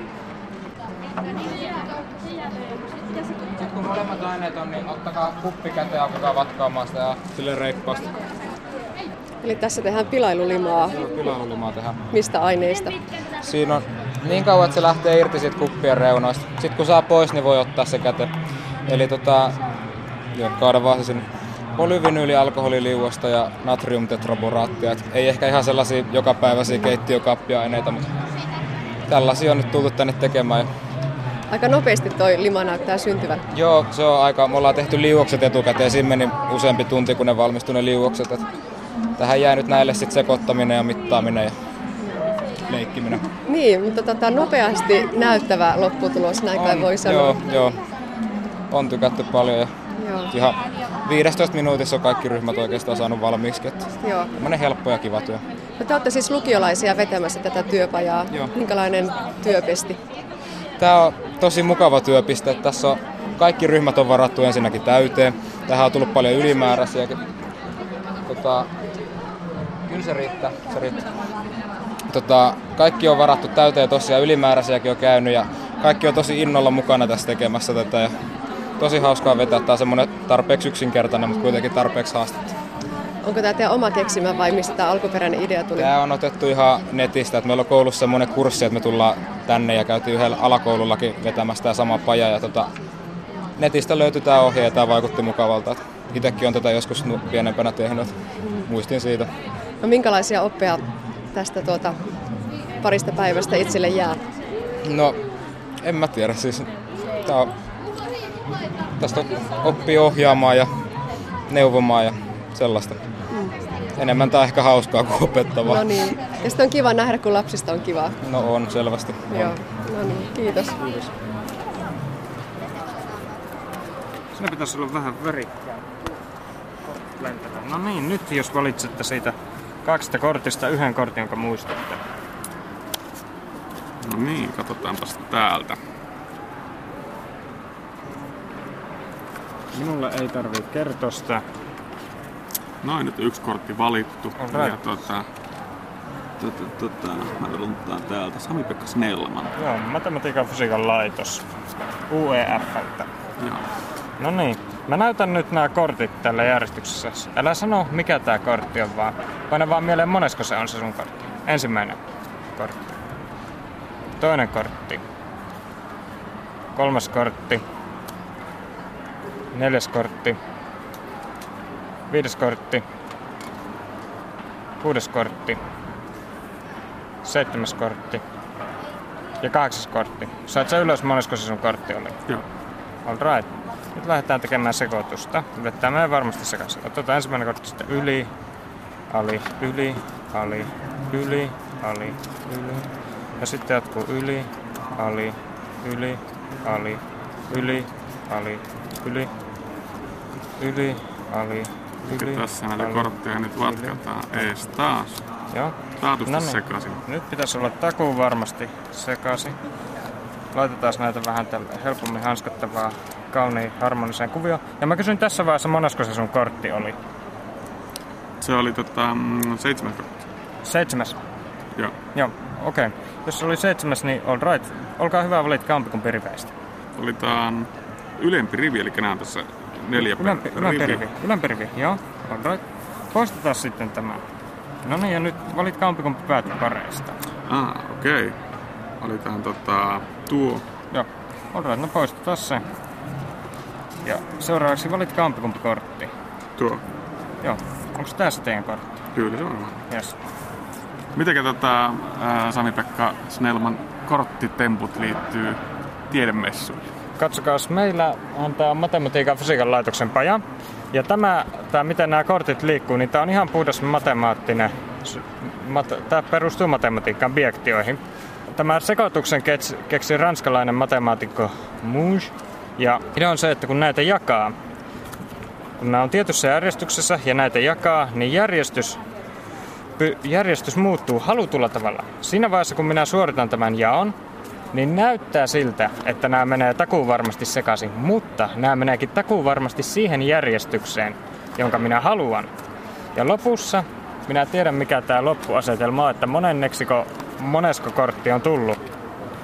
Sitten kun molemmat aineet on, niin ottakaa kuppi käteen ja alkakaa vatkaamaan sitä ja silleen reippaasti. Eli tässä tehdään pilailulimaa. Joo, pilailulimaa tehdään. Mistä aineista? Siinä on niin kauan, että se lähtee irti siitä kuppien reunoista. Sitten kun saa pois, niin voi ottaa se käteen. Eli tota, kaada vaan se sinne. polyvinyylialkoholiliuosta ja natriumtetraboraattia. Et ei ehkä ihan sellaisia jokapäiväisiä keittiökappia-aineita, mutta tällaisia on nyt tultu tänne tekemään. Aika nopeasti toi lima näyttää syntyvän. Joo, se on aika, me ollaan tehty liuokset etukäteen, siinä meni useampi tunti, kun ne valmistui ne liuokset. Et tähän jää nyt näille sit sekoittaminen ja mittaaminen ja leikkiminen. Niin, mutta tota, nopeasti näyttävä lopputulos, näin kai voi sanoa. Joo, joo. On tykätty paljon ja joo. Ihan viisitoista minuutissa on kaikki ryhmät oikeastaan saanut valmiiksi. Joo. Tämmönen helppo ja kiva työ. No, te olette siis lukiolaisia vetämässä tätä työpajaa. Joo. Minkälainen työpesti? Tää on tosi mukava työpiste. Tässä on, kaikki ryhmät on varattu ensinnäkin täyteen. Tähän on tullut paljon ylimääräisiä. Tota, kyllä se riittää. Se riittää. Tota, kaikki on varattu täyteen tosiaan, ylimääräisiäkin on käynyt ja kaikki on tosi innolla mukana tässä tekemässä tätä. Ja tosi hauskaa vetää. Tää on semmonen tarpeeksi yksinkertainen, mutta kuitenkin tarpeeksi haastetta. Onko tämä teidän oma keksimä vai mistä tämä alkuperäinen idea tuli? Tämä on otettu ihan netistä. Että meillä on koulussa semmoinen kurssi, että me tullaan tänne ja käytiin yhdellä alakoulullakin vetämässä tämä sama paja. Ja tota, netistä löytyi tämä ohje ja tämä vaikutti mukavalta. Itsekin on tätä joskus pienempänä tehnyt. Muistin siitä. No minkälaisia oppeja tästä tuota parista päivästä itselle jää? No en mä tiedä. Siis, tää on, tästä oppii ohjaamaan ja neuvomaan ja sellaista. Mm. Enemmän tää on ehkä hauskaa kuin opettavaa. No niin. Ja sitten on kiva nähdä, kun lapsista on kivaa. No on, selvästi. Joo. No niin, kiitos. Kiitos. Siinä pitäisi olla vähän värikkää. No niin, nyt jos valitsette siitä kaksista kortista yhden kortin, jonka muistatte. No niin, katsotaanpas täältä. Minulle ei tarvitse kertoa sitä. Noin, nyt yksi kortti valittu. Right. Ja tota, tota, tota, mä runtaan täältä. Sami-Pekka Snellman. Joo, matematiikan fysiikan laitos. U E F:ltä. Joo. No niin, mä näytän nyt nämä kortit tällä järjestyksessä. Älä sano mikä tää kortti on, vaan paina vaan mieleen monesko se on se sun kortti. Ensimmäinen kortti. Toinen kortti. Kolmas kortti. Neljäs kortti. Viides kortti. Kuudes kortti. Seitsemäs kortti. Ja kahdeksas kortti. Saat sä ylös monesko se sun kortti oli? Joo. All right. Nyt lähdetään tekemään sekoitusta. Vetää menee varmasti sekaisin. Otetaan ensimmäinen kortti sitten yli, ali, yli, ali, yli, ali, yli. Ja sitten jatkuu yli, ali, yli, ali, yli, ali, yli, yli, ali, yli. Tässä näitä kortteja nyt vatkataan ees taas. Joo. Taatusti no niin. sekaisin. Nyt pitäisi olla takuun varmasti sekaisin. Laitetaan näitä vähän tälle helpommin hanskattavaa kauniin harmoniseen kuvioon. Ja mä kysyn tässä vaiheessa, monesko se sun kortti oli? Se oli tota, mm, seitsemäs kortti. Seitsemäs? Joo. Joo, okei. Okay. Jos se oli seitsemäs, niin all right. Olkaa hyvä, valitkaa ampikun riveistä. Valitaan ylempi rivi, eli nämä on tässä neljä Ylempi, per ylempi rivi. rivi. Ylempi rivi, joo. All right. Poistetaan sitten tämä. No niin, ja nyt valitkaa ampikun päätypareista. Ah, okei. Okay. Valitaan tota, tuo. Joo. All right, no poistetaan se. Ja seuraavaksi valitkaa ampikumpi kortti. Tuo. Joo. Onko tää se teidän kortti? Kyllä se on. Yes. Mitenkä tota, ää, Sami-Pekka Snellman korttitemput liittyy tiedemessuihin? Katsokaas, meillä on tää matematiikan fysiikan laitoksen paja. Ja tämä, tää, miten nämä kortit liikkuu, niin tää on ihan puhdas matemaattinen. Mat, tää perustuu matematiikkaan, biektioihin. Tämä sekoituksen keksi, keksi ranskalainen matemaatikko Mouge. Ja idea on se, että kun näitä jakaa, kun nämä on tietyssä järjestyksessä ja näitä jakaa, niin järjestys, järjestys muuttuu halutulla tavalla. Siinä vaiheessa, kun minä suoritan tämän jaon, niin näyttää siltä, että nämä menee takuuvarmasti sekaisin, mutta nämä meneekin takuuvarmasti siihen järjestykseen, jonka minä haluan. Ja lopussa minä tiedän, mikä tämä loppuasetelma on, että monenneksiko, monesko kortti on tullut.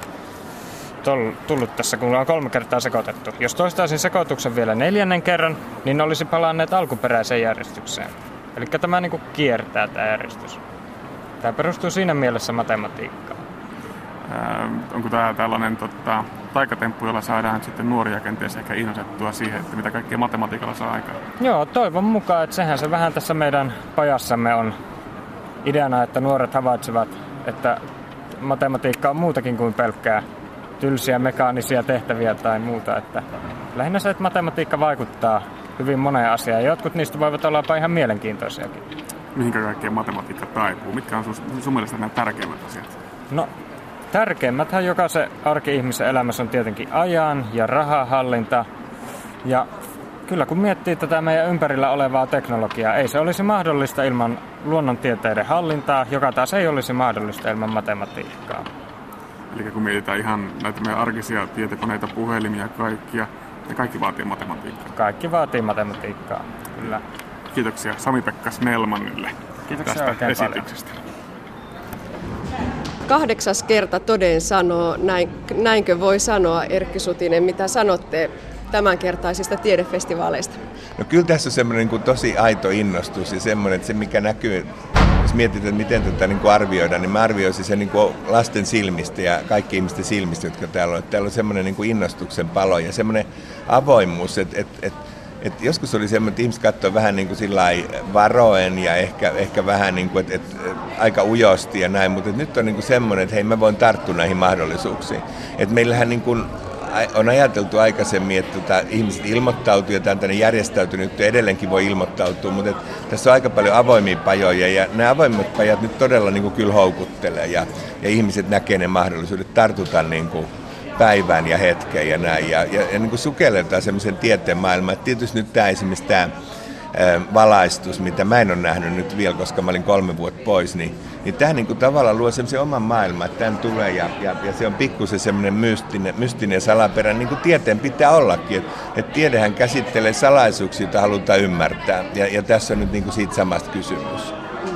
tullut tässä, kun on kolme kertaa sekoitettu. Jos toistaisin sekoituksen vielä neljännen kerran, niin ne olisi palanneet alkuperäiseen järjestykseen. Eli tämä niin kuin kiertää tämä järjestys. Tämä perustuu siinä mielessä matematiikkaan. Onko tämä tällainen tota, taikatemppu, jolla saadaan sitten nuoria kenties ehkä innosettua siihen, että mitä kaikkea matematiikalla saa aikaan? Joo, toivon mukaan, että sehän se vähän tässä meidän pajassamme on ideana, että nuoret havaitsevat, että matematiikka on muutakin kuin pelkkää tylsiä mekaanisia tehtäviä tai muuta. Että lähinnä se, että matematiikka vaikuttaa hyvin moneen asiaan. Jotkut niistä voivat olla jopa ihan mielenkiintoisiakin. Mihinkä kaikkea matematiikka taipuu? Mitkä on sun, sun mielestä nämä tärkeimmät asiat? No, tärkeimmäthän jokaisen arki-ihmisen elämässä on tietenkin ajan ja rahahallinta. Ja kyllä kun miettii tätä meidän ympärillä olevaa teknologiaa, ei se olisi mahdollista ilman luonnontieteiden hallintaa, joka taas ei olisi mahdollista ilman matematiikkaa. Eli kun mietitään ihan näitä meidän arkisia tietokoneita, puhelimia, kaikkia, ne kaikki vaatii matematiikkaa. Kaikki vaatii matematiikkaa, kyllä. Kiitoksia Sami-Pekka Snellmanille Kiitoksia tästä esityksestä. Paljon. Kahdeksas kerta toden sanoo, näin, näinkö voi sanoa, Erkki Sutinen, mitä sanotte tämänkertaisista tiedefestivaaleista? No kyllä tässä on semmoinen niin tosi aito innostus ja semmoinen, että se mikä näkyy, jos mietitään, miten tätä niin kuin arvioidaan, niin mä arvioisin sen niin kuin lasten silmistä ja kaikki ihmisten silmistä, jotka täällä on. Täällä on semmoinen niin kuin innostuksen palo ja semmoinen avoimuus, että, että, että, että joskus oli semmoinen, että ihmiset katsoo vähän niin kuin sillai varoen ja ehkä, ehkä vähän niin kuin, että, että aika ujosti ja näin, mutta nyt on niin kuin semmoinen, että hei, mä voin tarttua näihin mahdollisuuksiin. Että meillähän niin kuin on ajateltu aikaisemmin, että tota, ihmiset ilmoittautuu ja tämä on tänne järjestäytynyt ja edelleenkin voi ilmoittautua, mutta tässä on aika paljon avoimia pajoja ja nämä avoimet pajat nyt todella niin kuin kyllä houkuttelee ja, ja ihmiset näkee ne mahdollisuudet tartuta niin kuin päivään ja hetkeen ja näin ja, ja, ja niin kuin sukelletaan semmoisen tieteen maailmaan. Et tietysti nyt tämä esimerkiksi tämä ää, valaistus, mitä mä en ole nähnyt nyt vielä, koska mä olin kolme vuotta pois, niin Niin tämä niin kuin tavallaan luo semmoisen oman maailman, että tämän tulee ja, ja, ja se on pikkusen semmoinen mystinen, mystinen ja salaperäinen, niin kuin tieteen pitää ollakin. Että et tiedehän käsittelee salaisuuksia, joita halutaan ymmärtää ja, ja tässä on nyt niin kuin siitä samasta kysymys.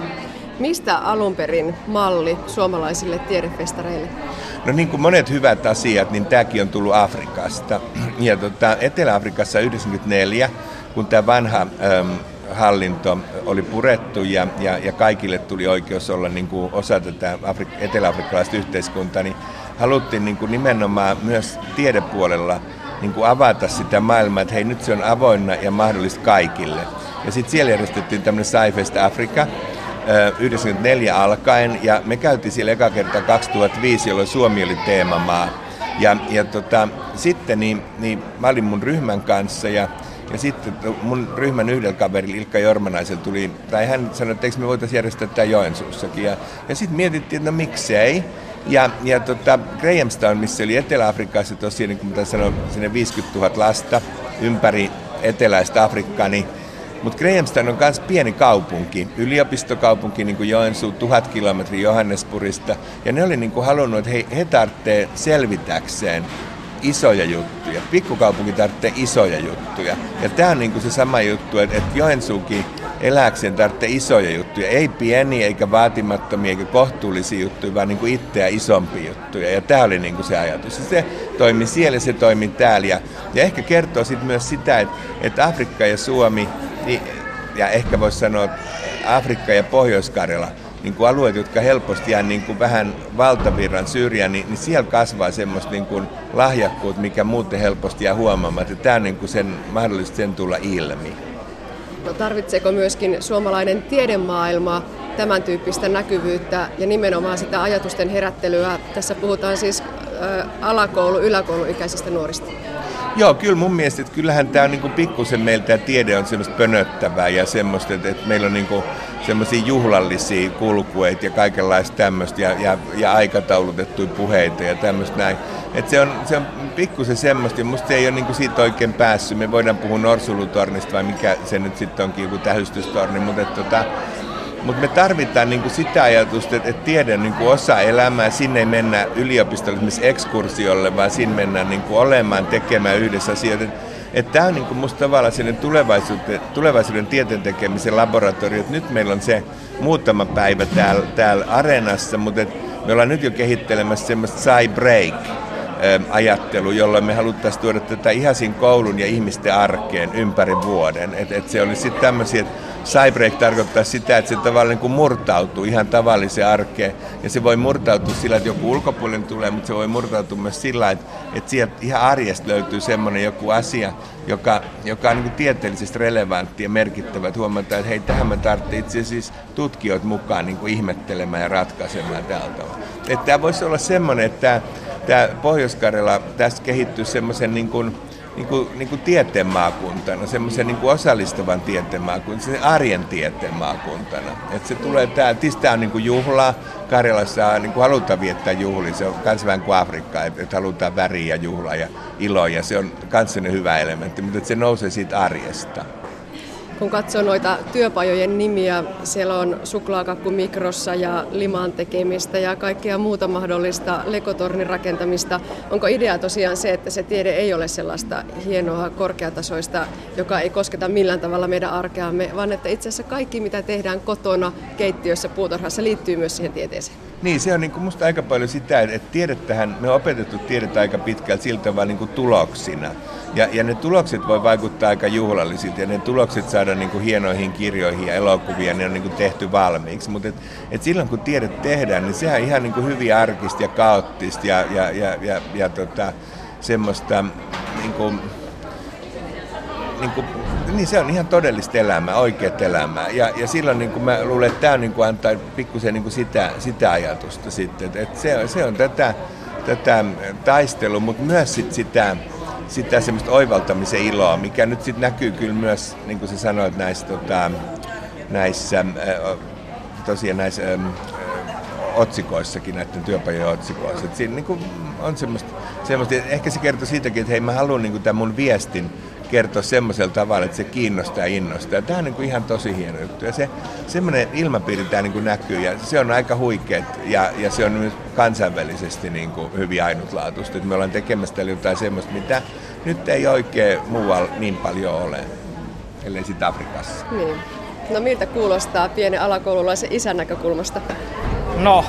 Mistä alun perin malli suomalaisille tiedefestareille? No niin kuin monet hyvät asiat, niin tämäkin on tullut Afrikasta. Ja tota, Etelä-Afrikassa yhdeksänkymmentäneljä, kun tämä vanha äm, hallinto oli purettu ja, ja, ja kaikille tuli oikeus olla niin kuin osa tätä Afri- etelä-afrikkalaista yhteiskuntaa, niin haluttiin niin kuin nimenomaan myös tiedepuolella niin kuin avata sitä maailmaa, että hei, nyt se on avoinna ja mahdollista kaikille. Ja sitten siellä järjestettiin tämmöinen SciFest Africa yhdeksänkymmentäneljä alkaen, ja me käytiin siellä eka kertaa kaksituhattaviisi, jolloin Suomi oli teemamaa. Ja, ja tota, sitten niin, niin mä olin mun ryhmän kanssa, ja Ja sitten mun ryhmän yhdellä kaverilla, Ilkka Jormanaisella, tuli, tai hän sanoi, että eikö me voitaisiin järjestää tämä Joensuussakin. Ja, ja sitten mietittiin, että no miksei. Ja, ja tota, Grahamstown, missä oli Etelä-Afrikassa tosiaan, niin kuin mä sanoin, sinne viisikymmentätuhatta lasta ympäri eteläistä Afrikkaa, niin mutta Grahamstown on myös pieni kaupunki, yliopistokaupunki, niin kuin Joensuu, tuhat kilometriä Johannesburgista. Ja ne oli niin kuin halunnut, että he, he tarvitsee selvitäkseen isoja juttuja. Pikkukaupunki tarvitsee isoja juttuja. Ja tämä on niin kuin se sama juttu, että, että Joensuukin elääkseen tarvitsee isoja juttuja. Ei pieniä, eikä vaatimattomia, eikä kohtuullisia juttuja, vaan niin kuin itseä isompia juttuja. Ja tämä oli niin kuin se ajatus. Ja se toimi siellä, se toimi täällä. Ja, ja ehkä kertoo sitten myös sitä, että, että Afrikka ja Suomi, niin, ja ehkä voisi sanoa, että Afrikka ja Pohjois-Karjala, niin kuin alueet, jotka helposti jää niin kuin vähän valtavirran syrjään, niin, niin siellä kasvaa semmoista niin kuin lahjakkuutta, mikä muuten helposti jää huomaamatta. Tämä on niin kuin sen, mahdollisesti sen tulla ilmi. No, tarvitseeko myöskin suomalainen tiedemaailma tämän tyyppistä näkyvyyttä ja nimenomaan sitä ajatusten herättelyä? Tässä puhutaan siis ä, alakoulu-, yläkouluikäisistä nuorista. Joo, kyllä mun mielestä, että kyllähän tämä on niinku pikkusen meiltä tämä tiede on semmoista pönöttävää ja semmoista, että, että meillä on niinku semmoisia juhlallisia kulkueita ja kaikenlaista tämmöistä ja, ja, ja aikataulutettuja puheita ja tämmöistä näin. Että se on, se on pikkusen semmoista ja musta se ei ole niinku siitä oikein päässyt. Me voidaan puhua Norsulutornista vai mikä se nyt sitten onkin, joku tähystystorni, mutta tota, Mutta me tarvitaan niinku sitä ajatusta, että, että tiede on niinku osa elämää. Sinne ei mennä yliopistolle esimerkiksi ekskursiolle, vaan sinne mennään niinku olemaan, tekemään yhdessä asioita. Että tämä on niinku musta tavallaan sellainen tulevaisuuden, tulevaisuuden tieteen tekemisen laboratorio. Et nyt meillä on se muutama päivä täällä, täällä areenassa, mutta me ollaan nyt jo kehittelemässä semmoista sci-break ajattelu, jolloin me haluttaisiin tuoda tätä ihan siinä koulun ja ihmisten arkeen ympäri vuoden. Että et se olisi sitten tämmöisiä, että Cybreak tarkoittaa sitä, että se tavallaan niin kuin murtautuu ihan tavalliseen arkeen. Ja se voi murtautua sillä, että joku ulkopuolinen tulee, mutta se voi murtautua myös sillä, että, että sieltä ihan arjesta löytyy semmoinen joku asia, joka, joka on niin kuin tieteellisesti relevantti ja merkittävä. Että huomataan, että hei, tähän me tarvitsemme itse asiassa tutkijoita mukaan niin kuin ihmettelemään ja ratkaisemaan tällä tavalla. Että tämä voisi olla semmoinen, että tämä, tämä Pohjois-Karjala tässä kehittyy semmoisen niin kuin Niin kuin, niin kuin tieteen maakuntana, semmoisen niin kuin osallistavan tieteen maakuntana, sen arjen tieteen maakuntana. Että se tulee tää, tämä on niin kuin juhla, Karjalassa niin kuin halutaan viettää juhlia, se on myös vähän kuin Afrikka, että, että halutaan väriä ja juhlaa ja iloa, ja se on myös hyvä elementti, mutta että se nousee siitä arjesta. Kun katsoo noita työpajojen nimiä, siellä on suklaakakku Mikrossa ja liman tekemistä ja kaikkea muuta mahdollista, legotornin rakentamista. Onko idea tosiaan se, että se tiede ei ole sellaista hienoa korkeatasoista, joka ei kosketa millään tavalla meidän arkeamme, vaan että itse asiassa kaikki, mitä tehdään kotona, keittiössä, puutarhassa, liittyy myös siihen tieteeseen? Niin, se on niin kuin musta aika paljon sitä, että tiedettähän, me on opetettu tiedettä aika pitkälti siltä tavalla niin kuin tuloksina. Ja, ja ne tulokset voi vaikuttaa aika juhlallisilta, ja ne tulokset saadaan niin kuin hienoihin kirjoihin ja elokuviin, ne on niin kuin tehty valmiiksi. Mutta et, et silloin kun tiede tehdään, niin sehän on ihan niin kuin hyvin arkista ja kaoottista ja, ja, ja, ja, ja tota, semmoista, niin kuin, niin kuin, niin se on ihan todellista elämää, oikeat elämää. Ja, ja silloin niin kuin mä luulen, että tämä niin kuin antaa pikkusen niin kuin sitä, sitä ajatusta sitten, että se, se on tätä, tätä taistelua, mutta myös sit sitä, sitä semmoista oivaltamisen iloa, mikä nyt sitten näkyy kyllä myös, niin kuin sä sanoit, näissä, tota, näissä tosiaan näissä otsikoissakin, näiden työpajojen otsikoissa. Et siinä niin kuin on semmoista, semmoista, ehkä se kertoo siitäkin, että hei, mä haluan niin kuin tämän mun viestin kertoa semmoisella tavalla, että se kiinnostaa ja innostaa. Ja tämä on niin kuin ihan tosi hieno juttu. Ja se, semmoinen ilmapiiri tämä niin kuin näkyy, ja se on aika huikeet, ja, ja se on myös kansainvälisesti niin kuin hyvin ainutlaatuista. Että me ollaan tekemässä täällä jotain semmoista, mitä nyt ei oikein muualla niin paljon ole, ellei sitten Afrikassa. Niin. No miltä kuulostaa pienen alakoululaisen isän näkökulmasta? No,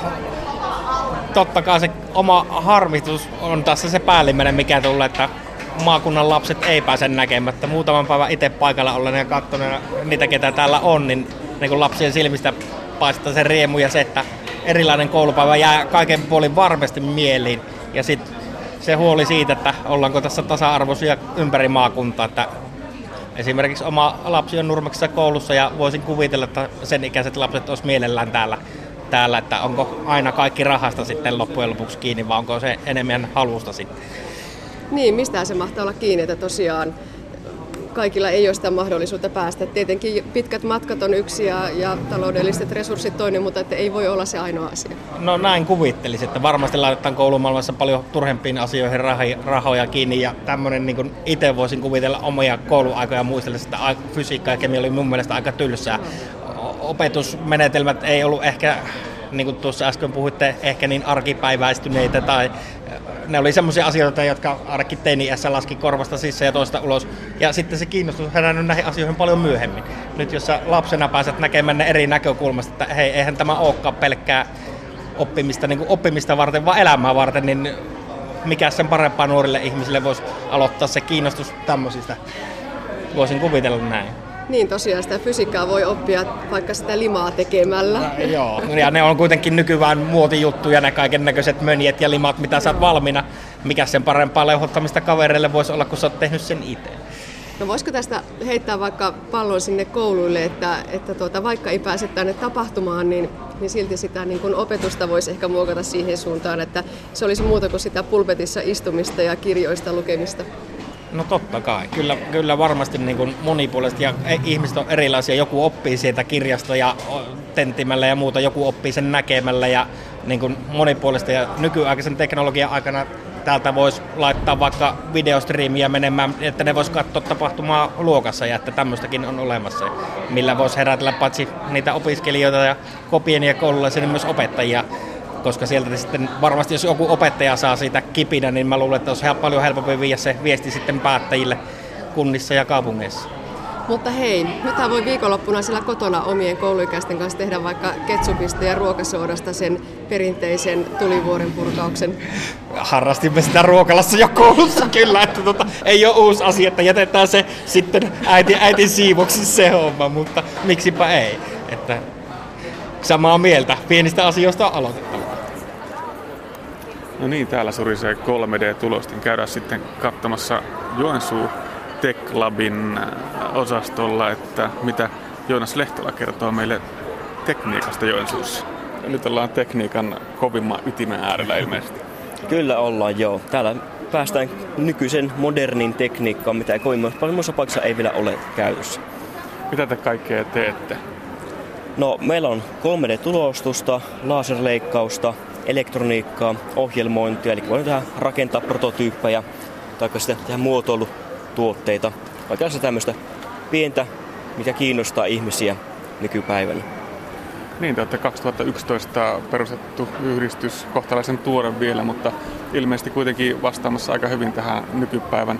totta kai se oma harmitus on tässä se päällimmäinen, mikä tulee, että maakunnan lapset ei pääse näkemättä. Muutaman päivän itse paikalla ollen ja katsoneena niitä, ketä täällä on, niin, niin kun lapsien silmistä paistaa se riemu ja se, että erilainen koulupäivä jää kaiken puolin varmasti mieliin. Ja sitten se huoli siitä, että ollaanko tässä tasa-arvoisia ympäri maakuntaa. Että esimerkiksi oma lapsi on Nurmeksessa koulussa ja voisin kuvitella, että sen ikäiset lapset olisi mielellään täällä, täällä, että onko aina kaikki rahasta sitten loppujen lopuksi kiinni vai onko se enemmän halusta sitten. Niin, mistä se mahtaa olla kiinni, että tosiaan kaikilla ei ole sitä mahdollisuutta päästä. Tietenkin pitkät matkat on yksi ja, ja taloudelliset resurssit toinen, mutta että ei voi olla se ainoa asia. No näin kuvittelisin, että varmasti laitetaan koulumaailmassa paljon turhempiin asioihin rahoja kiinni ja tämmöinen niin kuin itse voisin kuvitella omia kouluaikoja muistellessa, että fysiikka ja kemia oli mun mielestä aika tylsää. Opetusmenetelmät ei ollut ehkä, niin kuin tuossa äsken puhuitte, ehkä niin arkipäiväistyneitä tai ne oli semmoisia asioita, jotka ainakin teini-iässä laski korvasta sisään ja toista ulos. Ja sitten se kiinnostus on herännyt näihin asioihin paljon myöhemmin. Nyt jos sä lapsena pääset näkemään ne eri näkökulmasta, että hei, eihän tämä olekaan pelkkää oppimista, niin kuin oppimista varten, vaan elämää varten, niin mikä sen parempaa nuorille ihmisille voisi aloittaa se kiinnostus tämmöisistä. Voisin kuvitella näin. Niin tosiaan sitä fysiikkaa voi oppia vaikka sitä limaa tekemällä. No, joo, ja ne on kuitenkin nykyään muotijuttuja, ne kaiken näköiset mönjet ja limat, mitä sä oot valmiina. Mikä sen parempaa leuhottamista kavereille voisi olla, kun sä oot tehnyt sen itse. No voisiko tästä heittää vaikka pallon sinne kouluille, että, että tuota, vaikka ei pääse tänne tapahtumaan, niin, niin silti sitä niin kun opetusta voisi ehkä muokata siihen suuntaan, että se olisi muuta kuin sitä pulpetissa istumista ja kirjoista lukemista. No totta kai. Kyllä, kyllä varmasti niin kuin monipuolisesti ja ihmiset on erilaisia. Joku oppii siitä kirjasta ja tentimällä ja muuta, joku oppii sen näkemällä ja niin kuin monipuolista. Ja nykyaikaisen teknologian aikana täältä voisi laittaa vaikka videostriimiä menemään, että ne vois katsoa tapahtumaa luokassa ja että tämmöistäkin on olemassa, millä voisi herätellä paitsi niitä opiskelijoita ja pieniä koululaisia, niin myös opettajia. Koska sieltä sitten varmasti jos joku opettaja saa siitä kipinä, niin mä luulen, että olisi paljon helpompi viedä se viesti sitten päättäjille kunnissa ja kaupungeissa. Mutta hei, nythän voi viikonloppuna siellä kotona omien kouluikäisten kanssa tehdä vaikka ketsupista ja ruokasoodasta sen perinteisen tulivuoren purkauksen. harrastimme sitä ruokalassa jo koulussa kyllä, että tota, ei ole uusi asia, että jätetään se sitten äiti, äitin siivoksi se homma, mutta miksipä ei. Että samaa mieltä, pienistä asioista on aloitettava. No niin, täällä surisee kolme D-tulostin. Käydään sitten katsomassa Joensuu Tech Labin osastolla, että mitä Joonas Lehtola kertoo meille tekniikasta Joensuussa. Ja nyt ollaan tekniikan kovimman ytimen äärellä ilmeisesti. Kyllä ollaan, joo. Täällä päästään nykyisen modernin tekniikkaan, mitä kovimmassa paikassa ei vielä ole käytössä. Mitä te kaikkea teette? No, meillä on kolme D-tulostusta, laserleikkausta, elektroniikkaa, ohjelmointia, eli voidaan tehdä rakentaa prototyyppejä tai sitten tehdä muotoilutuotteita. Oikeastaan tämmöistä pientä, mikä kiinnostaa ihmisiä nykypäivänä. Niin, te olette kaksituhattayksitoista perustettu yhdistys, kohtalaisen tuore vielä, mutta ilmeisesti kuitenkin vastaamassa aika hyvin tähän nykypäivän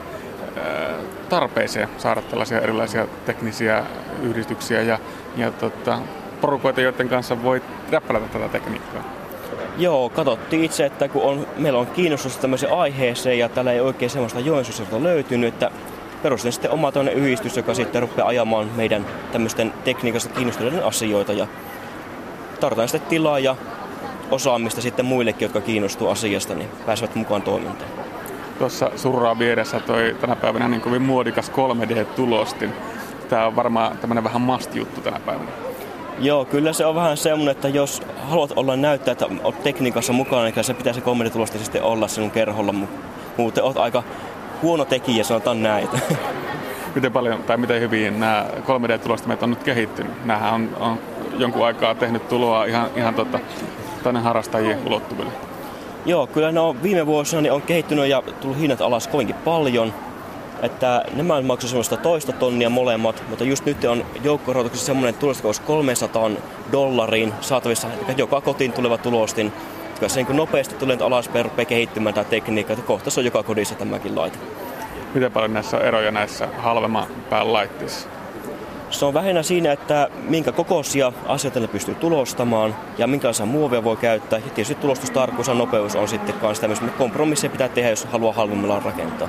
tarpeeseen saada tällaisia erilaisia teknisiä yhdistyksiä ja, ja tota, porukoita, joiden kanssa voi räppälätä tätä tekniikkaa. Joo, katsottiin itse, että kun on, meillä on kiinnostus tämmöiseen aiheeseen ja täällä ei oikein semmoista Joensuusta löytynyt, että perustin sitten oma toinen yhdistys, joka sitten rupeaa ajamaan meidän tämmöisten tekniikasta kiinnostuneiden asioita ja tarvitaan sitten tilaa ja osaamista sitten muillekin, jotka kiinnostuu asiasta, niin pääsevät mukaan toimintaan. Tuossa surraa vieressä toi tänä päivänä niin kovin muodikas kolme D-tulostin. Tämä on varmaan tämmöinen vähän must-juttu tänä päivänä. Joo, kyllä se on vähän semmoinen, että jos haluat olla näyttää, että olet tekniikassa mukana, niin se pitäisi kolme D-tulosti sitten olla sinun kerholla. Muuten olet aika huono tekijä, sanotaan näin. Miten paljon tai miten hyvin nämä kolme D-tulostimet on nyt kehittynyt? Nämähän on, on jonkun aikaa tehnyt tuloa ihan, ihan tota, tänne harrastajien ulottuville. Joo, kyllä ne on viime vuosina niin on kehittynyt ja tullut hinnat alas kovinkin paljon. Että nämä maksaa semmoista toista tonnia molemmat, mutta just nyt on joukkorahoituksessa semmoinen tulostukous kolmesataa dollariin saatavissa, eli joka kotiin tuleva tulostin. Koska se niin nopeasti tulee alaspäin rupeaa kehittymään tämä tekniikka, että kohta se on joka kodissa tämäkin laite. Miten paljon näissä on eroja näissä halvemman pään laitteissa? Se on vähinnä siinä, että minkä kokoisia asioita ne pystyy tulostamaan ja minkälaisia muovia voi käyttää. Ja tietysti tulostustarkkuus ja nopeus on sitten kanssa tämmöisiä kompromisseja pitää tehdä, jos haluaa halvemmalla rakentaa.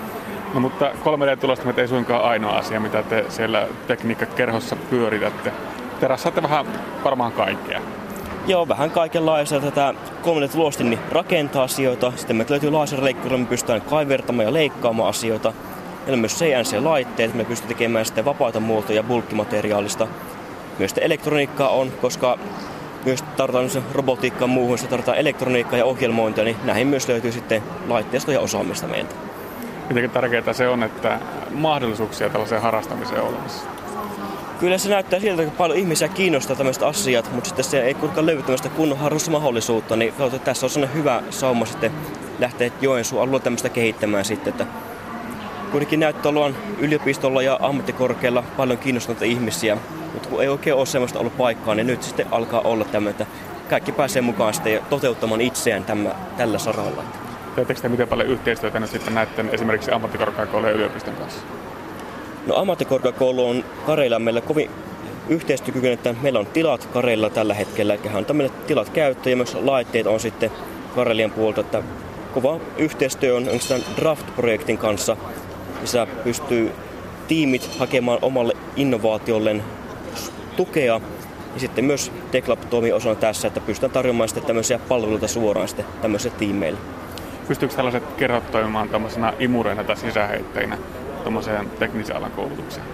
No mutta kolme D-tulostimet ei suinkaan ainoa asia, mitä te siellä tekniikkakerhossa pyöritätte. Te rassaatte vähän varmaan kaikkea. Joo, vähän kaikenlaista. Tätä kolme D-tulostin niin rakentaa asioita. Sitten meiltä löytyy laserleikkuri, me pystytään kaivertamaan ja leikkaamaan asioita. Meillä on myös C N C-laitteet, me pystytään tekemään sitten vapaita muotoja bulkkimateriaalista. Myös sitten elektroniikkaa on, koska myös tarvitaan robotiikkaa muuhun, sitten tarvitaan elektroniikkaa ja ohjelmointia, niin näihin myös löytyy sitten laitteisto ja osaamista meiltä. Miten tärkeää se on, että mahdollisuuksia tällaiseen harrastamiseen on olemassa? Kyllä se näyttää siltä, että paljon ihmisiä kiinnostaa tämmöiset asiat, mutta sitten se ei kuitenkaan löydy tämmöistä kunnon harrastusmahdollisuutta, niin katsotaan, että tässä on sellainen hyvä sauma sitten lähteä Joensuun alueella tämmöistä kehittämään sitten, että kuitenkin näyttää olevan yliopistolla ja ammattikorkealla paljon kiinnostuneita ihmisiä, mutta kun ei oikein ole semmoista ollut paikkaa, niin nyt sitten alkaa olla tämmöinen, että kaikki pääsee mukaan sitten toteuttamaan itseään tämä, tällä saralla. Teettekö te miten paljon yhteistyötä nyt sitten näiden esimerkiksi ammattikorkeakoulun ja yliopiston kanssa? No ammattikorkeakoulu on Kareilla meillä kovin yhteistyökykyinen, että meillä on tilat Kareilla tällä hetkellä, eli on tämmöinen tilat käyttö ja myös laitteet on sitten Karelian puolta, että kova yhteistyö on Draft-projektin kanssa, missä pystyy tiimit hakemaan omalle innovaatiolleen tukea. Ja sitten myös Tech Lab toimii osana tässä, että pystytään tarjoamaan sitten tämmöisiä palveluita suoraan sitten tämmöisille tiimeille. Pystyykö tällaiset kerrot toimimaan tämmöisenä imureina tai sisäheitteinä tuommoiseen teknisen alan koulutukseen?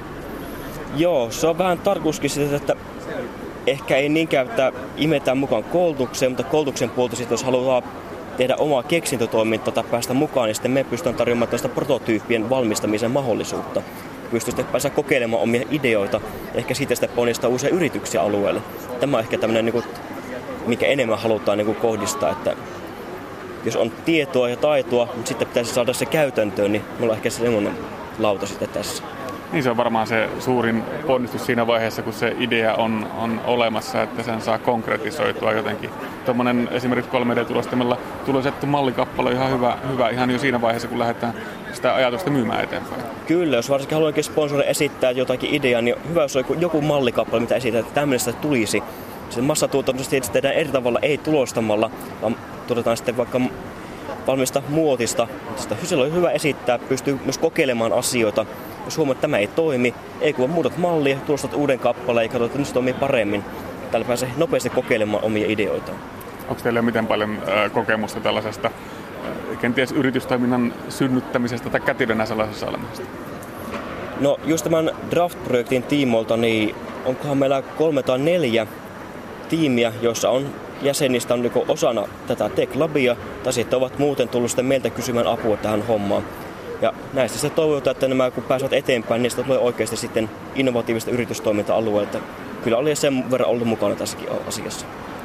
Joo, se on vähän tarkoituskin sitä, että ehkä ei niinkään, että imetään mukaan koulutukseen, mutta koulutuksen puolta sitten, jos halutaan tehdä omaa keksintötoimintaa tai päästä mukaan, niin sitten me pystytään tarjoamaan tällaista prototyyppien valmistamisen mahdollisuutta. Pystyy sitten päästä kokeilemaan omia ideoita, ehkä siitä sitten ponnistaa uusia yrityksiä alueelle. Tämä on ehkä tämmöinen, mikä enemmän halutaan kohdistaa, että jos on tietoa ja taitoa, mutta sitten pitäisi saada se käytäntöön, niin mulla on ehkä semmoinen lauta sitten tässä. Niin se on varmaan se suurin ponnistus siinä vaiheessa, kun se idea on, on olemassa, että sen saa konkretisoitua jotenkin. Tuommoinen esimerkiksi kolme D-tulostimella tulosettu mallikappale on ihan hyvä, hyvä ihan jo siinä vaiheessa, kun lähdetään sitä ajatusta myymään eteenpäin. Kyllä, jos varsinkin haluankin sponsori esittää jotakin ideaa, niin hyvä, jos on joku mallikappale, mitä esitetään, että tämmöistä tulisi. Sitten massatuotannossa tietysti tehdään eri tavalla, ei tulostamalla, vaan tuotetaan sitten vaikka valmista muotista. Silloin on hyvä esittää, pystyy myös kokeilemaan asioita. Jos huomaa, että tämä ei toimi, ei kun muutat mallia, tulostat uuden kappaleen ja katsot, että nyt se toimii paremmin. Täällä pääsee nopeasti kokeilemaan omia ideoita. Onko teillä miten paljon äh, kokemusta tällaisesta äh, kenties yritystoiminnan synnyttämisestä tai kätilönä sellaisessa olemisesta? No just tämän Draft-projektin tiimoilta, niin onkohan meillä kolme tai neljä tiimiä, joissa on jäsenistä on joko osana tätä Tech Labia tai sitten ovat muuten tullut sitten meiltä kysymään apua tähän hommaan. Ja näistä se toivotaan, että nämä kun pääsevät eteenpäin, niistä tulee oikeasti sitten innovatiivista yritystoiminta-alueelta. Kyllä oli sen verran ollut mukana tässäkin asiassa.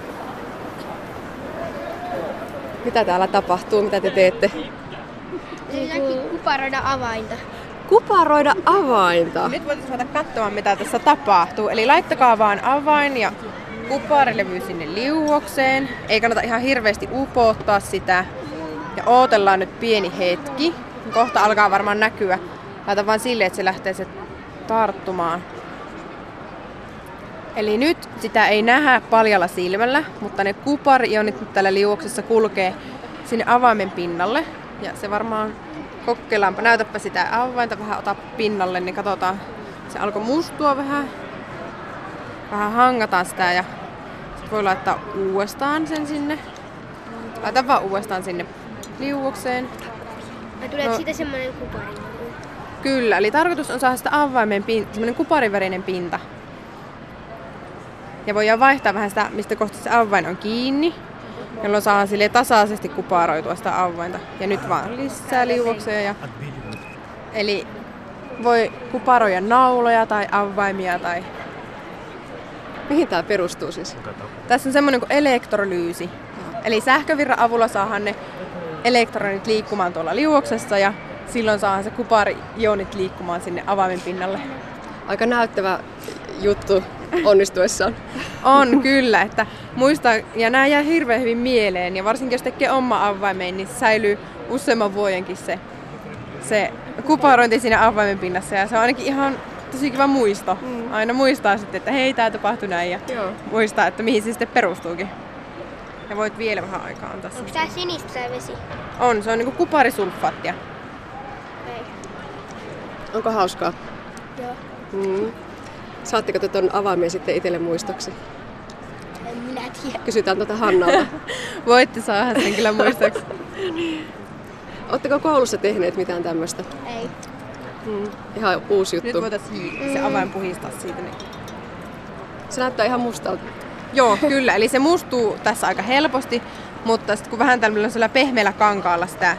Mitä täällä tapahtuu? Mitä te teette? Kuparoida avainta. Kuparoida avainta? Nyt voitaisiin ruveta katsomaan, mitä tässä tapahtuu. Eli laittakaa vaan avain ja kuparilevy sinne liuokseen. Ei kannata ihan hirveästi upottaa sitä. Ja ootellaan nyt pieni hetki. Kohta alkaa varmaan näkyä. Laita vaan silleen, että se lähtee se tarttumaan. Eli nyt sitä ei nähdä paljalla silmällä, mutta ne kuparionit nyt täällä liuoksessa kulkee sinne avaimen pinnalle. Ja se varmaan kokeillaanpa. Näytäpä sitä avainta vähän, ota pinnalle, niin katsotaan. Se alkoi mustua vähän. Vähän hangataan sitä ja sit voi laittaa uudestaan sen sinne. Laita vaan uudestaan sinne liuokseen. Ja tulee no, siitä semmoinen kupari. Kyllä, eli tarkoitus on saada sitä avaimen pinta, semmoinen kuparivärinen pinta. Ja voidaan vaihtaa vähän sitä, mistä kohta se avain on kiinni, jolloin saadaan silleen tasaisesti kuparoitua sitä avainta. Ja nyt vaan lisää liuokseen. Ja... Eli voi kuparoida nauloja tai avaimia tai... Mihin tämä perustuu siis? Tässä on semmoinen kuin elektrolyysi. Eli sähkövirran avulla saadaan ne elektronit liikkumaan tuolla liuoksessa ja silloin saadaan se kuparionit liikkumaan sinne avaimen pinnalle. Aika näyttävä juttu onnistuessaan. On kyllä, että muista, ja nämä jää hirveän hyvin mieleen, ja varsinkin jos tekee oma avaimeen, niin säilyy useamman vuodenkin se, se kuparointi siinä avaimen pinnassa, ja se on ainakin ihan tosi kiva muisto. Mm. Aina muistaa sitten, että hei, tää tapahtui näin, ja Joo. muistaa, että mihin se sitten perustuukin. Ja voit vielä vähän aikaa antaa. Onko tää sinistä tää vesi? On, se on niinku kuparisulfaattia. Ei. Onko hauskaa? Joo. Mm. Saatteko te ton avaimen sitten itselle muistoksi? En minä tiedä. Kysytään tuota Hannalta. Voitte saada sen kyllä muistoksi. Oletteko koulussa tehneet mitään tämmöistä? Ei. Mm. Ihan uusi juttu. Nyt voitaisiin se avain puhistaa siitä. Niin. Se näyttää ihan mustalta. Joo, kyllä. Eli se mustuu tässä aika helposti, mutta sitten kun vähän tämmöisellä pehmeällä kankaalla sitä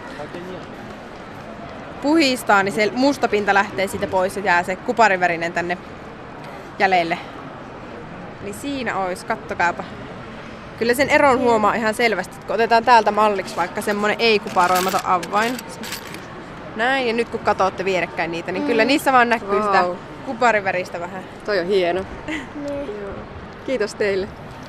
puhistaa, niin se musta pinta lähtee siitä pois ja jää se kuparivärinen tänne jäljelle. Eli siinä olisi, kattokaapa. Kyllä sen eron huomaa ihan selvästi, kun otetaan täältä malliksi vaikka semmonen ei-kuparoimaton avain. Näin, ja nyt kun katsotte vierekkäin niitä, niin kyllä niissä vaan näkyy wow. sitä kupariväristä vähän. Toi on hieno. Kiitos teille.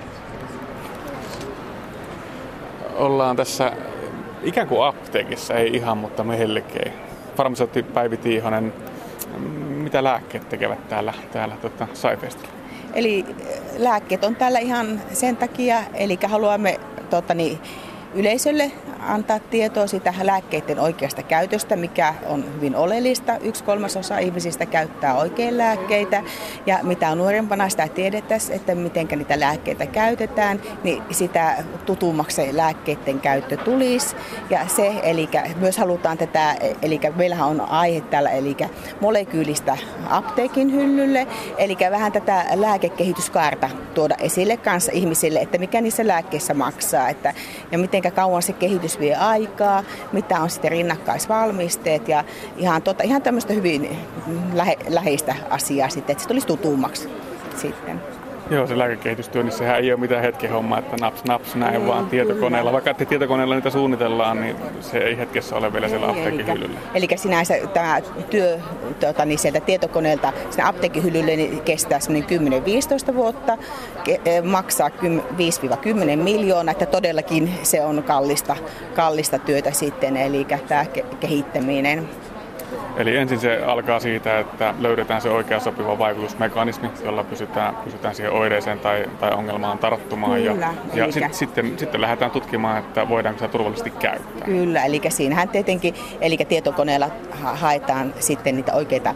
Ollaan tässä ikään kuin apteekissa, ei ihan, mutta melkein. Farmaseutti Päivi Tiihonen, mitä lääkkeet tekevät täällä, täällä tota, SciFestillä? Eli lääkkeet on täällä ihan sen takia, eli haluamme tota, niin, yleisölle antaa tietoa siitä lääkkeiden oikeasta käytöstä, mikä on hyvin oleellista. Yksi kolmasosa ihmisistä käyttää oikein lääkkeitä ja mitä nuorempana sitä tiedettäisiin, että miten niitä lääkkeitä käytetään, niin sitä tutummaksi lääkkeiden käyttö tulisi. Ja se, eli myös halutaan tätä, eli meillähän on aihe täällä, eli molekyylistä apteekin hyllylle, eli vähän tätä lääkekehityskaarta tuoda esille kanssa ihmisille, että mikä niissä lääkkeissä maksaa, että, ja miten kauan se kehitys vie aikaa, mitä on sitten rinnakkaisvalmisteet ja ihan, tota, ihan tämmöistä hyvin lähe, läheistä asiaa sitten, että se tulisi tutummaksi sitten. Joo, se lääkekehitystyö, niin sehän ei ole mitään hetken hommaa, että naps naps näin mm, vaan tietokoneella. Vaikka että tietokoneella niitä suunnitellaan, niin se ei hetkessä ole vielä siellä apteekin hyllyllä. Eli sinänsä tämä työ tuota, niin sieltä tietokoneelta sinne apteekin hyllylle niin kestää kymmenen viisitoista vuotta, ke, maksaa viisi kymmenen miljoonaa, että todellakin se on kallista, kallista työtä sitten, eli tämä ke, kehittäminen. Eli ensin se alkaa siitä, että löydetään se oikea sopiva vaikutusmekanismi, jolla pysytään, pysytään siihen oireeseen tai, tai ongelmaan tarttumaan. Kyllä, ja ja sit, sitten, sitten lähdetään tutkimaan, että voidaanko sitä turvallisesti käyttää. Kyllä, eli siinähän tietenkin, eli tietokoneella haetaan sitten niitä oikeita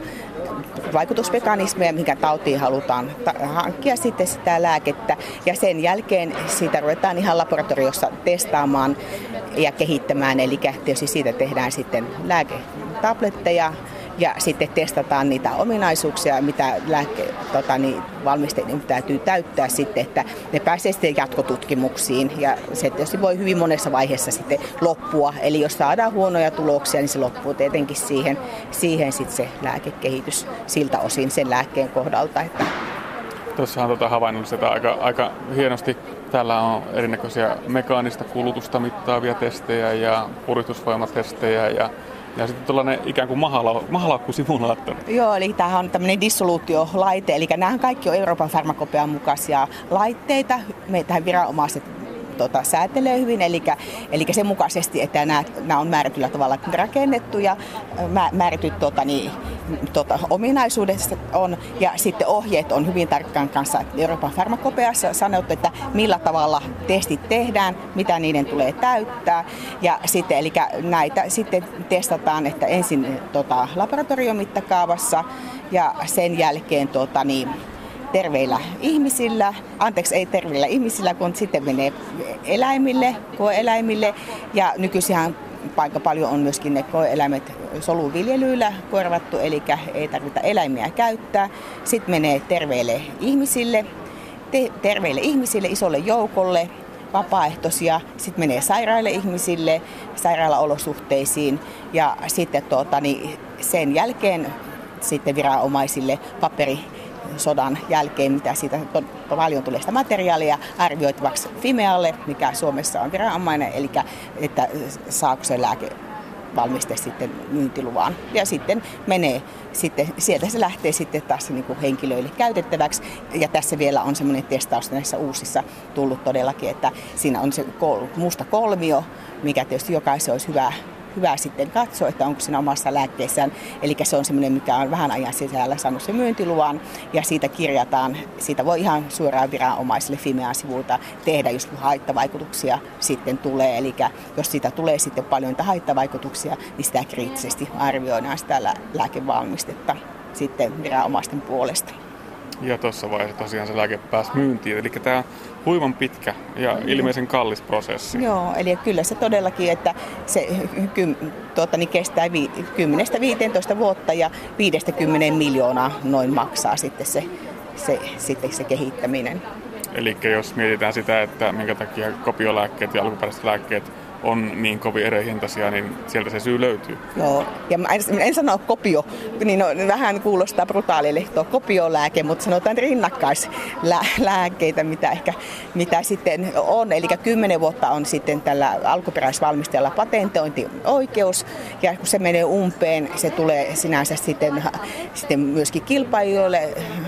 vaikutusmekanismeja, mikä tautiin halutaan ta- hankkia sitten sitä lääkettä. Ja sen jälkeen siitä ruvetaan ihan laboratoriossa testaamaan ja kehittämään. Eli tietysti siitä tehdään sitten lääketabletteja ja sitten testataan niitä ominaisuuksia, mitä lääke, tota, niin, valmisteiden täytyy täyttää sitten, että ne pääsee sitten jatkotutkimuksiin. Ja se tietysti voi hyvin monessa vaiheessa sitten loppua. Eli jos saadaan huonoja tuloksia, niin se loppuu tietenkin siihen, siihen sitten se lääkekehitys siltä osin sen lääkkeen kohdalta. Että Tuossahan tuota havainnollistetaan aika, aika hienosti. Täällä on erinäköisiä mekaanista kulutusta mittaavia testejä ja puristusvoimatestejä ja Ja sitten tuollainen ikään kuin mahalaukkusimulaattori. Joo, eli tämähän on tämmöinen dissoluutiolaite, eli nämä kaikki on Euroopan farmakopean mukaisia laitteita. Meitähän viranomaiset tota, säätelee hyvin, eli, eli sen mukaisesti, että nämä, nämä on määrätyllä tavalla rakennettu ja määrätyt tota, niin, tota, ominaisuudet on, ja sitten ohjeet on hyvin tarkkaan kanssa Euroopan farmakopeassa sanottu, että millä tavalla testit tehdään, mitä niiden tulee täyttää, ja sitten, eli näitä sitten testataan, että ensin tota, laboratoriomittakaavassa ja sen jälkeen tota, niin, terveillä ihmisillä, anteeksi ei terveillä ihmisillä, kun sitten menee eläimille, koe-eläimille, ja nykyisinhän aika paljon on myöskin ne koe-eläimet soluviljelyillä korvattu, eli ei tarvita eläimiä käyttää. Sitten menee terveille ihmisille, te- terveille ihmisille, isolle joukolle, vapaaehtoisia, sitten menee sairaille ihmisille, sairaalaolosuhteisiin, ja sitten tuota, niin sen jälkeen sitten viranomaisille paperi sodan jälkeen, mitä siitä paljon tulee sitä materiaalia arvioitavaksi Fimealle, mikä Suomessa on viranomainen, eli että saako se lääkevalmiste sitten myyntiluvan. Ja sitten menee, sitten, sieltä se lähtee sitten taas niin kuin henkilöille käytettäväksi. Ja tässä vielä on semmoinen testaus näissä uusissa tullut todellakin, että siinä on se kol, musta kolmio, mikä tietysti jokaisen olisi hyvä Hyvä sitten katsoa, että onko siinä omassa lääkkeessään. Eli se on semmoinen, mikä on vähän ajan sisällä saanut sen myyntiluvan. Ja siitä kirjataan, siitä voi ihan suoraan viranomaisille Fimean sivulta tehdä, jos haittavaikutuksia sitten tulee. Eli jos siitä tulee sitten paljon haittavaikutuksia, niin sitä kriittisesti arvioidaan sitä lääkevalmistetta sitten viranomaisten puolesta. Ja tuossa vaiheessa tosiaan se lääke pääsi myyntiin. Eli tämä on huiman pitkä ja ilmeisen kallis prosessi. Joo, eli kyllä se todellakin, että se ky, tuota, niin kestää vi, kymmenestä viiteentoista vuotta ja viidestäkymmeneen miljoonaa noin maksaa sitten se, se, sitten se kehittäminen. Eli jos mietitään sitä, että minkä takia kopiolääkkeet ja alkuperäiset lääkkeet on niin kovin erihintaisia, niin sieltä se syy löytyy. Joo, ja mä en, en sano kopio, niin on, vähän kuulostaa brutaalille tuo kopiolääke, mutta sanotaan rinnakkaislääkkeitä, mitä ehkä mitä sitten on. Eli kymmenen vuotta on sitten tällä alkuperäisvalmistajalla patentointioikeus, ja kun se menee umpeen, se tulee sinänsä sitten, sitten myöskin kilpailijoille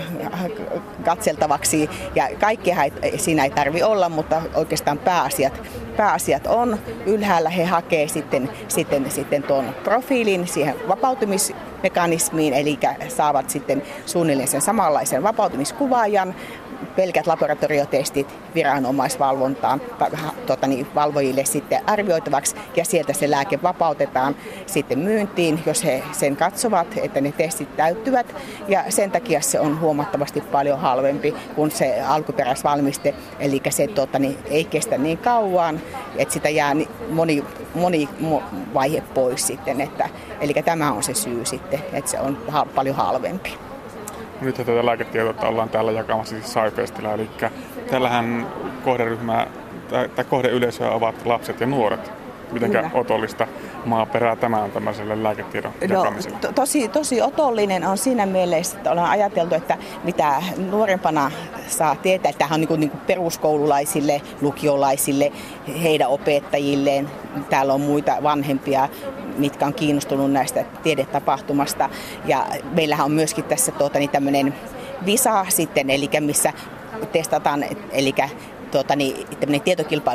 katseltavaksi, ja kaikkea siinä ei tarvitse olla, mutta oikeastaan pääasiat, pääasiat on. Ylhäällä he hakee sitten, sitten, sitten tuon profiilin siihen vapautumismekanismiin, eli saavat sitten suunnilleen sen samanlaisen vapautumiskuvaajan, pelkät laboratoriotestit viranomaisvalvontaan, tuota niin, valvojille sitten arvioitavaksi, ja sieltä se lääke vapautetaan sitten myyntiin, jos he sen katsovat, että ne testit täyttyvät, ja sen takia se on huomattavasti paljon halvempi kuin se alkuperäisvalmiste, eli se tuota, niin, ei kestä niin kauan, että sitä jää moni, moni vaihe pois sitten, että, eli tämä on se syy sitten, että se on ha- paljon halvempi. Nyt tätä lääketietoutta ollaan täällä jakamassa siis SciFestillä, eli täällähän kohderyhmää tai, tai kohdeyleisöä ovat lapset ja nuoret. Mitenkä Kyllä. otollista maaperää tämä on tämmöiselle lääketiedon no, jakamiselle? To, tosi, tosi otollinen on siinä mielessä, että ollaan ajateltu, että mitä nuorempana saa tietää, että tämähän on niin kuin, niin kuin peruskoululaisille, lukiolaisille, heidän opettajilleen. Täällä on muita vanhempia, mitkä on kiinnostunut näistä tiedetapahtumasta. Ja meillähän on myöskin tässä tuota, niin tämmöinen visa sitten, eli missä testataan, eli tuota, niin, tämmöinen tietokilpailu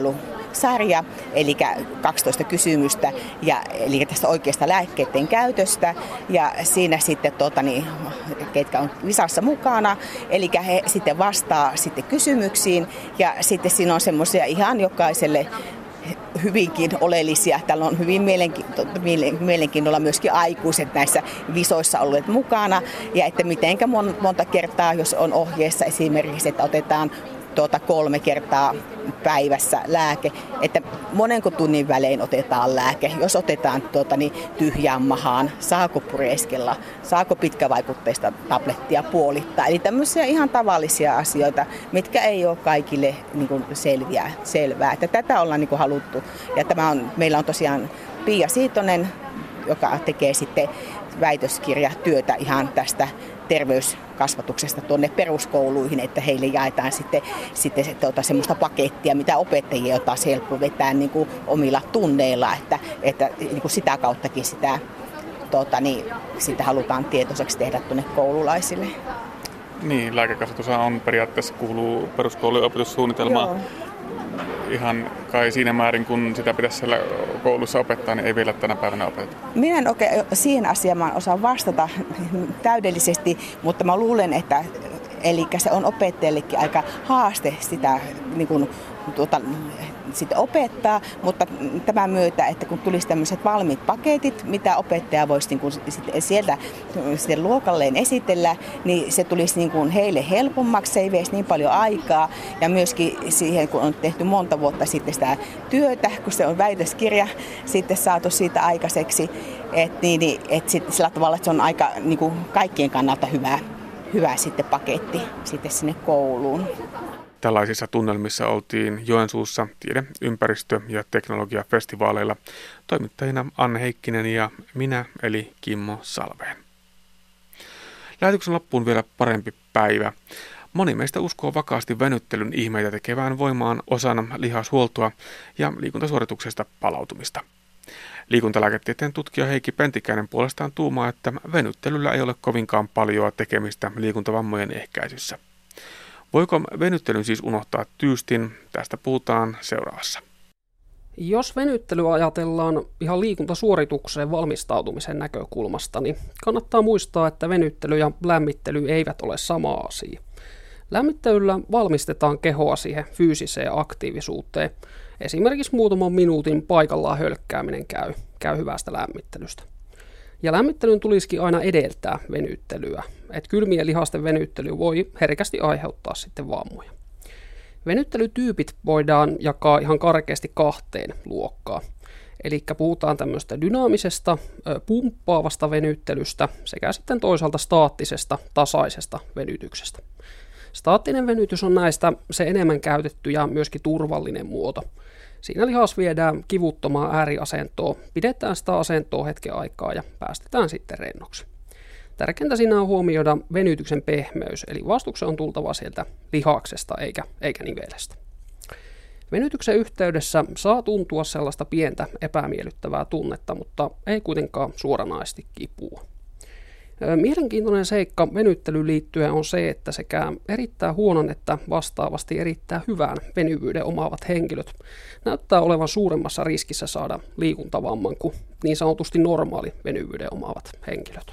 sarja, eli kaksitoista kysymystä, ja, eli tästä oikeasta lääkkeiden käytöstä, ja siinä sitten, tuota, niin, ketkä on visassa mukana, eli he sitten vastaa sitten kysymyksiin, ja sitten siinä on semmoisia ihan jokaiselle hyvinkin oleellisia. Täällä on hyvin mielenkiinnolla myöskin aikuiset näissä visoissa olleet mukana. Ja että mitenkä monta kertaa, jos on ohjeessa esimerkiksi, että otetaan tuota kolme kertaa päivässä lääke, että monenko tunnin välein otetaan lääke. Jos otetaan tuota, niin tyhjään mahaan, saako pureskella, saako pitkävaikutteista tablettia puolittaa. Eli tämmöisiä ihan tavallisia asioita, mitkä ei ole kaikille niin kuin selviä, selvää. Että tätä ollaan niin kuin haluttu. Ja tämä on, meillä on tosiaan Pia Siitonen, joka tekee sitten väitöskirjatyötä ihan tästä terveyskasvatuksesta tuonne peruskouluihin, että heille jaetaan sitten, sitten se, tuota, semmoista pakettia, mitä opettajia on taas helppo vetää niin kuin omilla tunneilla, että, että niin kuin sitä kauttakin sitä, tuota, niin, sitä halutaan tietoiseksi tehdä tuonne koululaisille. Niin, lääkekasvatus on periaatteessa kuuluu peruskoulun opetussuunnitelmaan. Joo. Ihan kai siinä määrin, kun sitä pitäisi siellä koulussa opettaa, niin ei vielä tänä päivänä opeteta. Minä en oikein siihen asiaan osaa vastata täydellisesti, mutta mä luulen, että eli se on opettajallekin aika haaste sitä niin kuin, tuota, sitä opettaa, mutta tämän myötä, että kun tulisi tämmöiset valmiit paketit, mitä opettaja voisi niin kuin sieltä sitten luokalleen esitellä, niin se tulisi niin kuin heille helpommaksi, se ei veisi niin paljon aikaa. Ja myöskin siihen, kun on tehty monta vuotta sitten sitä työtä, kun se on väitöskirja sitten saatu siitä aikaiseksi, että niin, niin, et sit sillä tavalla, että se on aika niin kuin kaikkien kannalta hyvä, hyvä sitten paketti sitten sinne kouluun. Tällaisissa tunnelmissa oltiin Joensuussa tiede-, ympäristö- ja teknologiafestivaaleilla toimittajina Anne Heikkinen ja minä eli Kimmo Salveen. Lähetyksen loppuun vielä parempi päivä. Moni meistä uskoo vakaasti venyttelyn ihmeitä tekevään voimaan osana lihashuoltoa ja liikuntasuorituksesta palautumista. Liikuntalääketieteen tutkija Heikki Pentikäinen puolestaan tuumaa, että venyttelyllä ei ole kovinkaan paljoa tekemistä liikuntavammojen ehkäisyssä. Voiko venyttelyn siis unohtaa tyystin? Tästä puhutaan seuraavassa. Jos venyttelyä ajatellaan ihan liikuntasuoritukseen valmistautumisen näkökulmasta, niin kannattaa muistaa, että venyttely ja lämmittely eivät ole sama asia. Lämmittelyllä valmistetaan kehoa siihen fyysiseen aktiivisuuteen. Esimerkiksi muutaman minuutin paikallaan hölkkääminen käy, käy hyvästä lämmittelystä. Ja lämmittelyn tulisikin aina edeltää venyttelyä. Et kylmien lihasten venyttely voi herkästi aiheuttaa sitten vammoja. Venyttelytyypit voidaan jakaa ihan karkeasti kahteen luokkaan. Eli puhutaan tämmöistä dynaamisesta, pumppaavasta venyttelystä sekä sitten toisaalta staattisesta, tasaisesta venytyksestä. Staattinen venytys on näistä se enemmän käytetty ja myöskin turvallinen muoto. Siinä lihas viedään kivuttomaan ääriasentoon, pidetään sitä asentoa hetken aikaa ja päästetään sitten rennoksi. Tärkeintä siinä on huomioida venytyksen pehmeys, eli vastuksen on tultava sieltä lihaksesta eikä, eikä nivelestä. Venytyksen yhteydessä saa tuntua sellaista pientä epämiellyttävää tunnetta, mutta ei kuitenkaan suoranaisesti kipua. Mielenkiintoinen seikka venyttelyyn liittyen on se, että sekä erittäin huonon että vastaavasti erittäin hyvän venyvyyden omaavat henkilöt näyttää olevan suuremmassa riskissä saada liikuntavamman kuin niin sanotusti normaali venyvyyden omaavat henkilöt.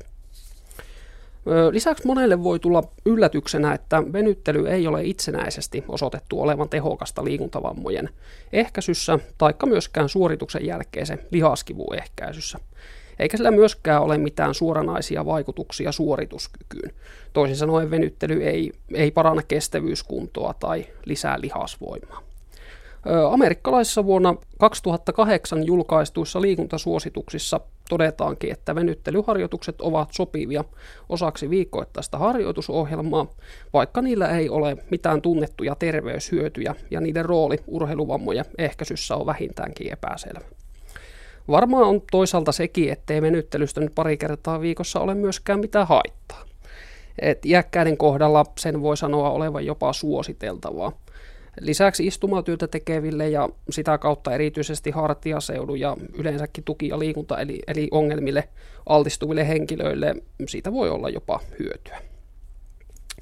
Lisäksi monelle voi tulla yllätyksenä, että venyttely ei ole itsenäisesti osoitettu olevan tehokasta liikuntavammojen ehkäisyssä taikka myöskään suorituksen jälkeisen lihaskivun ehkäisyssä. Eikä sillä myöskään ole mitään suoranaisia vaikutuksia suorituskykyyn. Toisin sanoen venyttely ei, ei paranna kestävyyskuntoa tai lisää lihasvoimaa. Amerikkalaisissa vuonna kaksituhattakahdeksan julkaistuissa liikuntasuosituksissa todetaankin, että venyttelyharjoitukset ovat sopivia osaksi viikoittaista harjoitusohjelmaa, vaikka niillä ei ole mitään tunnettuja terveyshyötyjä ja niiden rooli urheiluvammojen ehkäisyssä on vähintäänkin epäselvä. Varmaan on toisaalta sekin, ettei venyttelystä nyt pari kertaa viikossa ole myöskään mitään haittaa. Et iäkkäiden kohdalla sen voi sanoa olevan jopa suositeltavaa. Lisäksi istumatyötä tekeville ja sitä kautta erityisesti hartiaseudun ja yleensäkin tuki- ja liikunta- eli, eli ongelmille altistuville henkilöille siitä voi olla jopa hyötyä.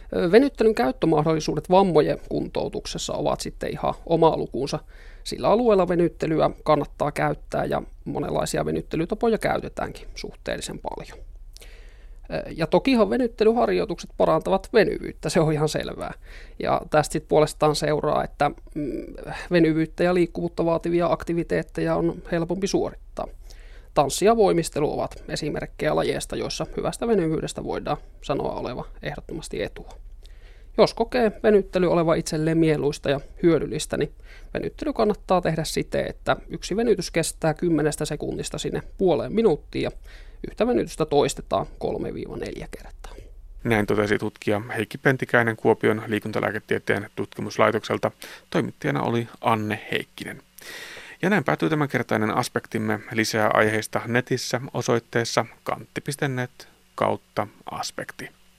Venyttelyn käyttömahdollisuudet vammojen kuntoutuksessa ovat sitten ihan oma lukuunsa. Sillä alueella venyttelyä kannattaa käyttää ja monenlaisia venyttelytapoja käytetäänkin suhteellisen paljon. Ja tokihan venyttelyharjoitukset parantavat venyvyyttä, se on ihan selvää. Ja tästä sitten puolestaan seuraa, että venyvyyttä ja liikkuvuutta vaativia aktiviteetteja on helpompi suorittaa. Tanssi ja voimistelu ovat esimerkkejä lajeista, joissa hyvästä venyvyydestä voidaan sanoa oleva ehdottomasti etua. Jos kokee venyttely oleva itselleen mieluista ja hyödyllistä, niin venyttely kannattaa tehdä siten, että yksi venytys kestää kymmenestä sekunnista sinne puoleen minuuttiin ja yhtä venytystä toistetaan kolme neljä kertaa. Näin totesi tutkija Heikki Pentikäinen Kuopion liikuntalääketieteen tutkimuslaitokselta. Toimittajana oli Anne Heikkinen. Ja näin päätyy tämänkertainen aspektimme. Lisää aiheista netissä osoitteessa kantti piste net kautta aspekti.